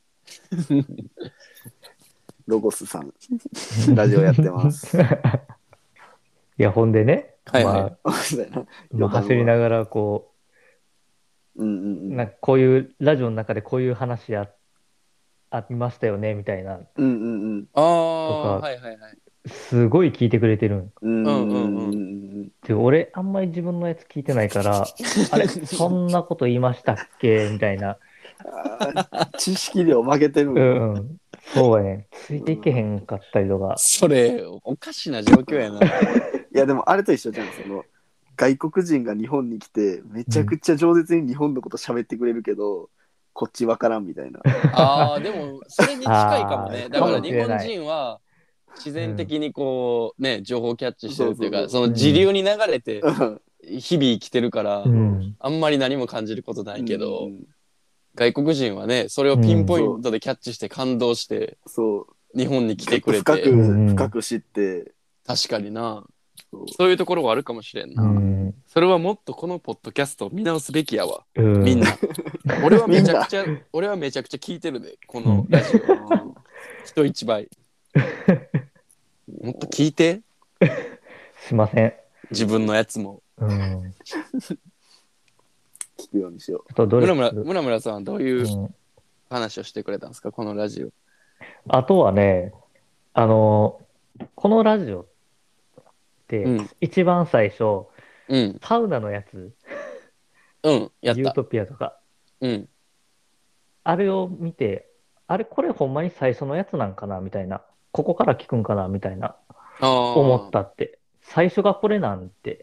Speaker 3: ロゴスさん、ラジオやってます。
Speaker 2: いや、ほんでね、走りながらこう、なんかこういうラジオの中でこういう話ありましたよねみたいなとかすごい聞いてくれてるん。で俺あんまり自分のやつ聞いてないからあれそんなこと言いましたっけみたいな
Speaker 3: 知識量負けてる。
Speaker 2: そうやね、ついていけへんかったりとか。
Speaker 1: それおかしな状況やな。
Speaker 3: いやでもあれと一緒じゃん。その外国人が日本に来てめちゃくちゃ饒舌に日本のこと喋ってくれるけど、こっちわからんみたいな。
Speaker 1: でもそれに近いかもね。だから日本人は自然的にこうね情報キャッチしてるっていうか、その時流に流れて日々生きてるから、あんまり何も感じることないけど、外国人はねそれをピンポイントでキャッチして感動して、日本に来てくれて
Speaker 3: 深く知って。
Speaker 1: 確かにな。そういうところはあるかもしれんな。それはもっとこのポッドキャストを見直すべきやわ。みんな。俺はめちゃくちゃ聞いてるで、このラジオ。人一倍。もっと聞いて。
Speaker 2: すいません。
Speaker 1: 自分のやつも。
Speaker 3: 聞くようにしよ
Speaker 1: 村村さんはどういう話をしてくれたんですか、このラジオ。
Speaker 2: あとはね、このラジオって一番最初、サウナのやつ、
Speaker 1: やった。
Speaker 2: ユートピアとか、あれを見て、これほんまに最初のやつなんかなみたいな、ここから聞くんかなみたいな、思ったって、最初がこれなんて、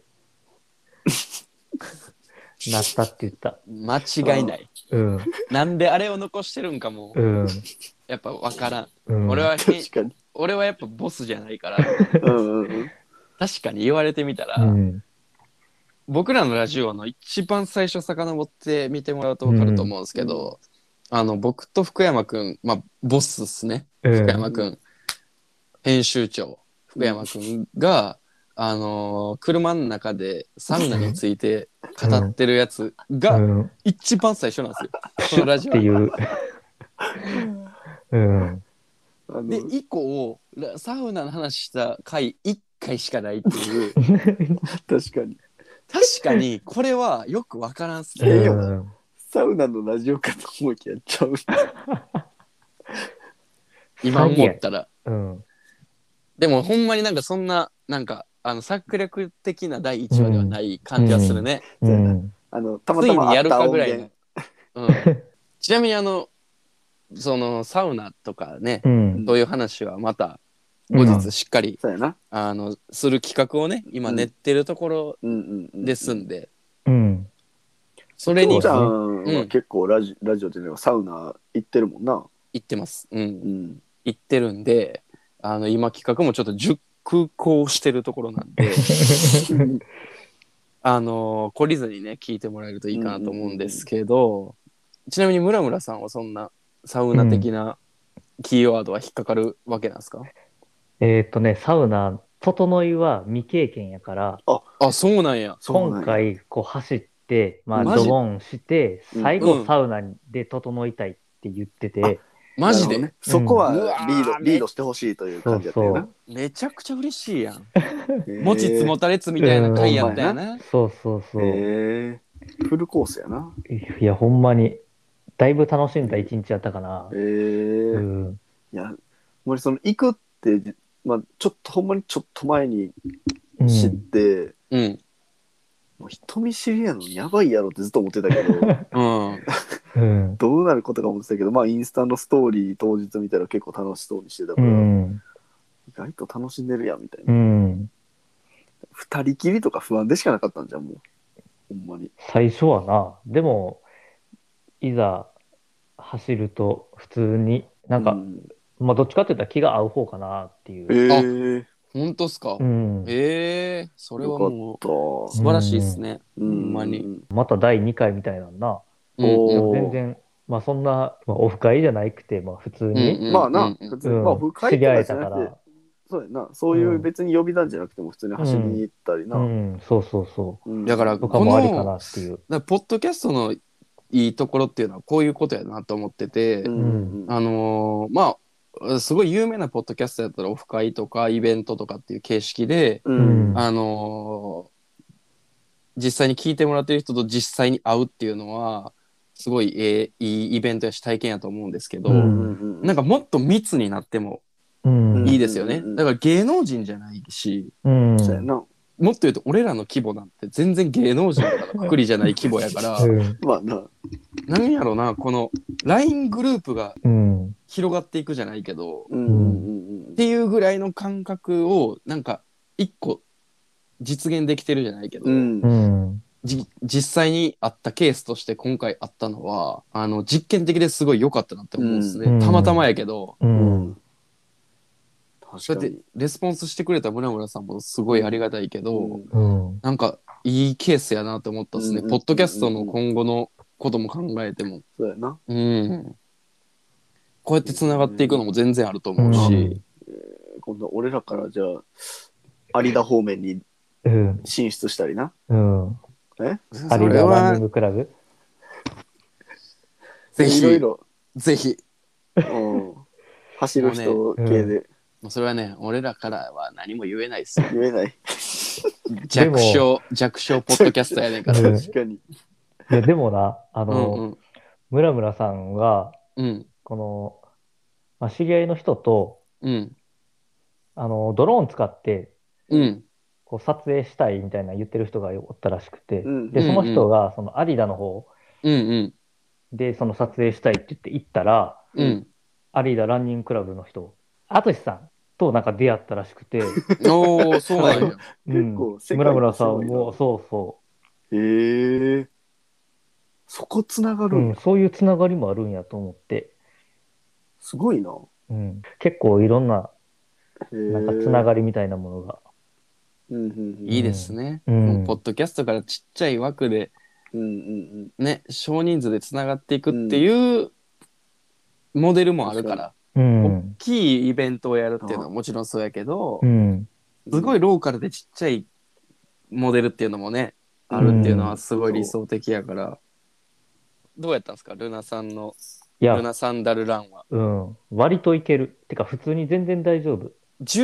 Speaker 2: なったって言った。
Speaker 1: 間違いない。なんであれを残してるんかも、やっぱ分からん。俺はやっぱボスじゃないから、確かに言われてみたら、僕らのラジオの一番最初遡って見てもらうと分かると思うんですけど、僕と福山くん、ボスっすね、福山くん、編集長福山くんが、車の中でサウナについて語ってるやつが一番最初なんですよ、このラジオっていう。で以降サウナの話した回1回しかないっていう確かにこれはよくわからんっすね。
Speaker 3: サウナのラジオかと思いきやっちゃう
Speaker 1: 今思ったら、でもほんまになんかそんななんか策略的な第1話ではない感じはするね。
Speaker 3: たまたま
Speaker 1: やるかぐらいの、ちなみにそのサウナとかね、そういう話はまた後日しっかり、する企画をね今練ってるところですんで、それに
Speaker 3: ちゃんは結構ラジオでサウナ行ってるもんな。
Speaker 1: 行ってます。行ってるんで、今企画もちょっと熟考してるところなんで懲りずにね聞いてもらえるといいかなと思うんですけど、ちなみに村村さんはそんなサウナ的なキーワードは引っかかるわけなんですか？
Speaker 2: サウナ整いは未経験やから、
Speaker 1: そうなんや。
Speaker 2: 今回こう走ってドボンして最後サウナで整いたいって言ってて、
Speaker 1: マジで、
Speaker 3: そこはリードしてほしいという感じだったよな。
Speaker 1: めちゃくちゃ嬉しいやん。持ちつ持たれつみたいな回やったよな。
Speaker 2: そう
Speaker 3: フルコースやな。
Speaker 2: いやほんまにだいぶ楽しんだ一日やったかな。
Speaker 3: いや俺その行くってちょっとほんまにちょっと前に知って、もう人見知りやのにやばいやろってずっと思ってたけどどうなることか思ってたけど、インスタのストーリー当日見たら結構楽しそうにしてたから、意外と楽しんでるやんみたいな。二人きりとか不安でしかなかったんじゃん、もうほんまに。
Speaker 2: 最初はな。でもいざ走ると普通になんか、どっちかって言ったら気が合う方かなっていう。
Speaker 1: 本当っすか？それはもう素晴らしいっすね。ほんまに。
Speaker 2: また第2回みたいなんな。全然そんなオフ会じゃなくて普通に
Speaker 3: 普通にオフ会
Speaker 2: 知り合えたから。
Speaker 3: そうやな。そういう別に呼び出んじゃなくても普通に走りに行ったりな。
Speaker 2: そう
Speaker 1: だから
Speaker 2: とかもありかなっていう。
Speaker 1: ポッドキャストのいいところっていうのはこういうことやなと思ってて、すごい有名なポッドキャストやったらオフ会とかイベントとかっていう形式で、実際に聞いてもらってる人と実際に会うっていうのはすごいいいイベントやし体験やと思うんですけど、なんかもっと密になってもいいですよね。だから芸能人じゃないし、
Speaker 3: そうやな。
Speaker 1: もっと言うと俺らの規模なんて全然芸能人とかのくくりじゃない規模やから何やろうな、この LINE グループが広がっていくじゃないけど、っていうぐらいの感覚をなんか一個実現できてるじゃないけど、実際にあったケースとして今回あったのは実験的ですごい良かったなって思うんですね。たまたまやけど、そうやってレスポンスしてくれた村村さんもすごいありがたいけど、なんかいいケースやなと思ったっすね。ポッドキャストの今後のことも考えても、
Speaker 3: そうやな。
Speaker 1: こうやってつながっていくのも全然あると思うし、
Speaker 3: 今度俺らからじゃあ有田方面に進出したりな。
Speaker 2: 有田ランニングクラブ
Speaker 1: ぜひ
Speaker 3: いろいろ
Speaker 1: ぜひ
Speaker 3: 走る人系で。
Speaker 1: それはね、俺らからは何も言えないですよ。
Speaker 3: 言えない。
Speaker 1: 弱小ポッドキャストやねんから。
Speaker 3: 確かに。
Speaker 2: いや、でもな、
Speaker 1: うん
Speaker 2: 村村さんが、
Speaker 1: うん
Speaker 2: この、まあ、知り合いの人と、
Speaker 1: うん
Speaker 2: ドローン使って、
Speaker 1: うん
Speaker 2: こう撮影したいみたいな言ってる人がおったらしくて、
Speaker 3: うん
Speaker 2: で、その
Speaker 1: うん
Speaker 2: 人が、そのアディダの方
Speaker 1: うん
Speaker 2: で、その撮影したいって言って行ったら、
Speaker 1: うん
Speaker 2: アディダランニングクラブの人、アトシさんとなんか出会ったらしくて、
Speaker 1: おお、そうなんや。
Speaker 3: 結構世
Speaker 2: 村
Speaker 3: 界
Speaker 2: 村さん
Speaker 3: って狭いな。
Speaker 2: も、そうそ
Speaker 3: へえ。そこつなが
Speaker 2: う、
Speaker 3: るんや。
Speaker 2: そういうつながりもあるんやと思って、
Speaker 3: すごいな。
Speaker 2: 結構いろんな、
Speaker 3: へ
Speaker 2: なんかつな
Speaker 3: え。
Speaker 2: がりみたいなものが。
Speaker 1: いいですね。
Speaker 2: うん
Speaker 1: もうポッドキャストからちっちゃい枠で、ね、少人数でつながっていくっていうモデルもあるから、大きいイベントをやるっていうのはもちろんそうやけど、すごいローカルでちっちゃいモデルっていうのもね、あるっていうのはすごい理想的やから。どうやったんですか、ルナさんの、ルナサンダルランは。
Speaker 2: 割といける。てか、普通に全然大丈夫。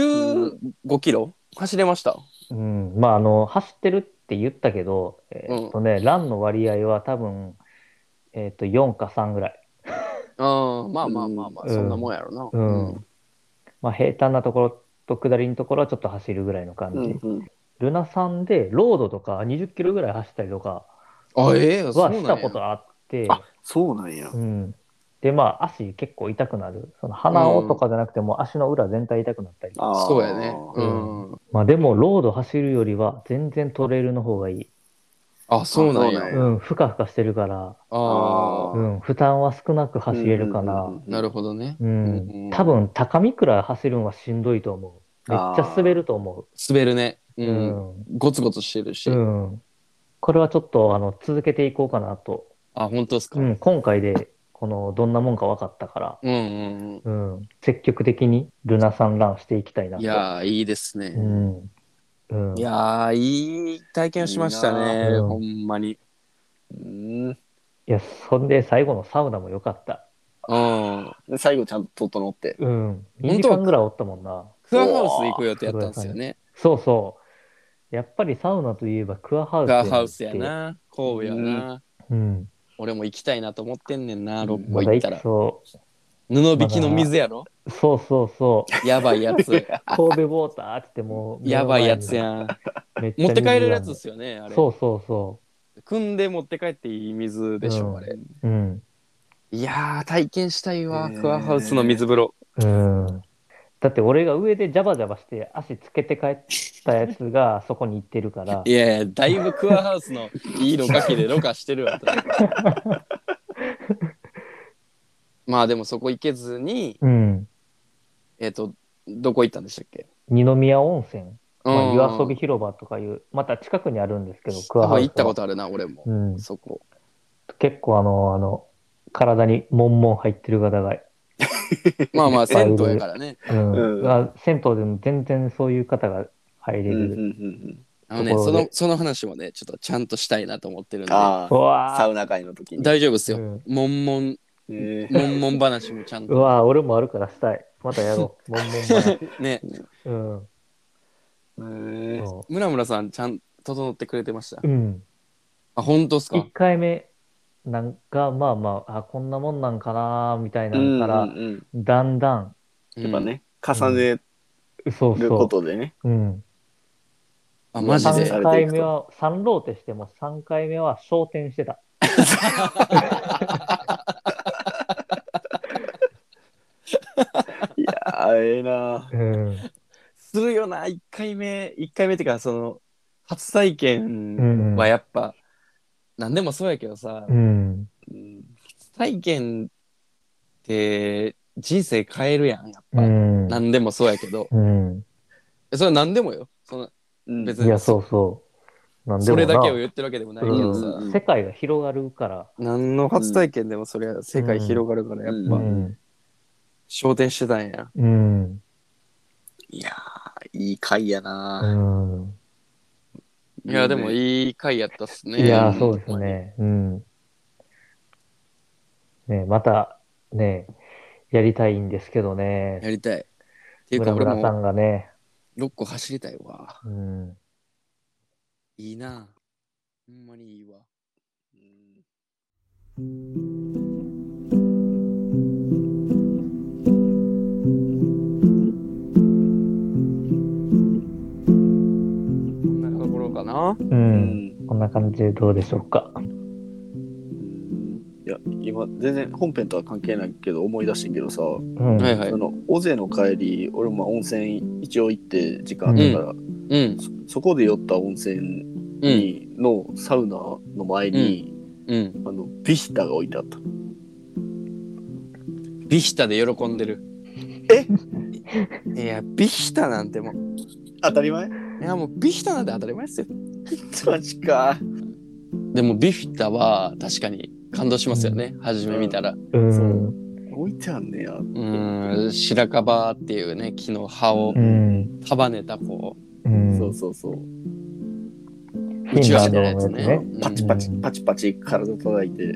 Speaker 1: 15キロ走れました？
Speaker 2: まあ、走ってるって言ったけど、ランの割合は多分、4か3ぐらい。
Speaker 1: まあ、そんなもんやろな。
Speaker 2: まあ、平坦なところと下りのところはちょっと走るぐらいの感じ。ルナさんでロードとか20キロぐらい走ったりとかはしたことあって、
Speaker 3: そうなんや。
Speaker 2: で、まあ、足結構痛くなる。その鼻緒とかじゃなくても足の裏全体痛くなったり。
Speaker 1: そうやね。
Speaker 2: まあ、でも、ロード走るよりは全然トレイルの方がいい。
Speaker 1: あ、そうなんや。
Speaker 2: ふかふかしてるから、負担は少なく走れるかな。
Speaker 1: なるほどね。
Speaker 2: 多分、高見くらい走るのはしんどいと思う。めっちゃ滑ると思う。
Speaker 1: 滑るね。ゴツゴツしてるし。
Speaker 2: これはちょっと、続けていこうかなと。
Speaker 1: あ、本当ですか。
Speaker 2: 今回で、どんなもんか分かったから、積極的にルナさんランしていきたいなと。
Speaker 1: いやー、いいですね。いやー、いい体験をしましたね。ほんまに。
Speaker 2: いや、そんで最後のサウナも良かった。
Speaker 3: 最後ちゃんと整って。
Speaker 2: 2時間ぐらいおったもんな。
Speaker 1: クアハウス行く予定やったんですよね。
Speaker 2: そうそう。やっぱりサウナといえばクアハウス
Speaker 1: クアハウスやな。神戸やな。
Speaker 2: うん。
Speaker 1: 俺も行きたいなと思ってんねんな、六
Speaker 2: 個行ったら。布
Speaker 1: 引きの水やろ。
Speaker 2: そうそうそう。
Speaker 1: やばいやつ。
Speaker 2: 神戸ウォーターっても
Speaker 1: う。やばいやつやん。持って帰れるやつですよね、あれ。
Speaker 2: そうそうそう。
Speaker 1: 汲んで持って帰っていい水でしょ、あれ。いやー、体験したいわ、クアハウスの水風呂。
Speaker 2: だって俺が上でジャバジャバして足つけて帰ったやつがそこに行ってるから。
Speaker 1: いやいや、だいぶクアハウスのいいろ過器でろ過してるわ。まあでもそこ行けずに、どこ行ったんでしたっけ？
Speaker 2: 二宮温泉。湯遊び広場とかいう、また近くにあるんですけど、
Speaker 1: クアハウス。行ったことあるな、俺も。そこ。
Speaker 2: 結構体にモンモン入ってる方が。
Speaker 1: まあまあ、銭湯やからね。
Speaker 2: 銭湯でも全然そういう方が入れる。
Speaker 1: その話もね、ちょっとちゃんとしたいなと思ってるんで。
Speaker 3: サウナ会の時に。
Speaker 1: 大丈夫ですよ。モンモン話もちゃんと。
Speaker 2: 俺もあるからしたい。またやろう。モンモン話。
Speaker 1: ね。村村さん、ちゃんと整ってくれてました。あ、本当ですか
Speaker 2: ？1回目なんか、まあまあ、こんなもんなんかな、みたいなのから、だんだん。
Speaker 3: やっぱね、重ねることでね。
Speaker 1: あ、マジで。
Speaker 2: 3回目は、3ローテしても3回目は昇天してた。
Speaker 3: いやええな。
Speaker 1: するよな、1回目っていうか、初体験はやっぱ、何でもそうやけどさ、初体験って人生変えるやん、やっぱ。何でもそうやけど。それは何でもよ。別に。
Speaker 2: いや、そうそう。
Speaker 1: それだけを言ってるわけでもないけどさ。
Speaker 2: 世界が広がるから。
Speaker 1: 何の初体験でもそれは世界広がるから、やっぱ、昇天してたんや。
Speaker 3: いやー、いい回やな。
Speaker 1: いや、でもいい回やったっすね。
Speaker 2: いや、そうですね。ね、また、ね、やりたいんですけどね。
Speaker 1: やりたい。っていうか、
Speaker 2: 村村さんがね。
Speaker 1: 6個走りたいわ。いいな。ほんまにいいわ。 んなところかな。
Speaker 2: こんな感じでどうでしょうか。
Speaker 3: いや、今、全然本編とは関係ないけど、思い出してんけどさ、
Speaker 1: はいはい。 ビヒタで喜んでる。いや、ビヒタなんてもう
Speaker 3: 当たり前？
Speaker 1: いや、もうビヒタなんて当たり前ですよ。
Speaker 3: マジか。
Speaker 1: でもビヒタは確かに感動しますよね。初め見たら。
Speaker 3: そう置いてあんねや。
Speaker 1: 白樺っていうね、木の葉を束ねたこう。
Speaker 3: そうそうそう。
Speaker 1: うちわみたいなやつね。
Speaker 3: パチパチパチパチ体叩いて。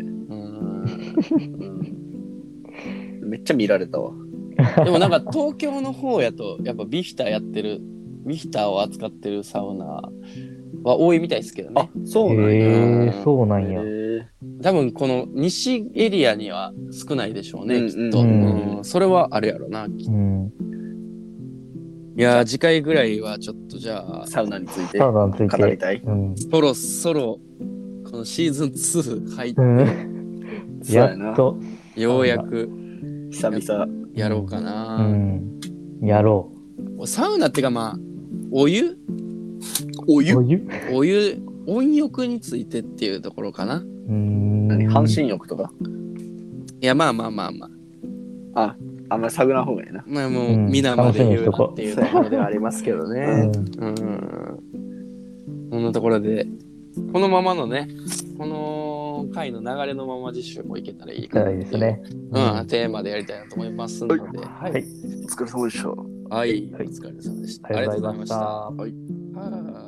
Speaker 3: めっちゃ見られたわ。
Speaker 1: でもなんか東京の方やとやっぱビヒタやってる、ビヒタを扱ってるサウナは多いみたいですけどね。
Speaker 3: そうなんや。
Speaker 2: そうなんや。
Speaker 1: 多分この西エリアには少ないでしょうね、きっと。それはあるやろな。いや、次回ぐらいはちょっとじゃあ
Speaker 3: サウナについて
Speaker 2: 語
Speaker 3: りたい。
Speaker 1: そろそろこのシーズン2入って、
Speaker 2: やっと
Speaker 1: ようやく
Speaker 3: 久々
Speaker 1: やろうかな。
Speaker 2: やろ
Speaker 1: う。サウナってかまあお湯温浴についてっていうところかな。
Speaker 3: 半身浴とか。
Speaker 1: いやまあ
Speaker 3: あんまり探らん方がいいな。
Speaker 1: まあもう皆まで言うなっていうところではありますけどね。こんなところでこのままのね、この回の流れのまま次週もいけたらいいかなっていう
Speaker 2: ですね。
Speaker 1: テーマでやりたいなと思いますので、はい、
Speaker 3: お疲れ様でした。
Speaker 1: はい、お疲れ様でした。
Speaker 2: ありがとうございました。
Speaker 1: はい。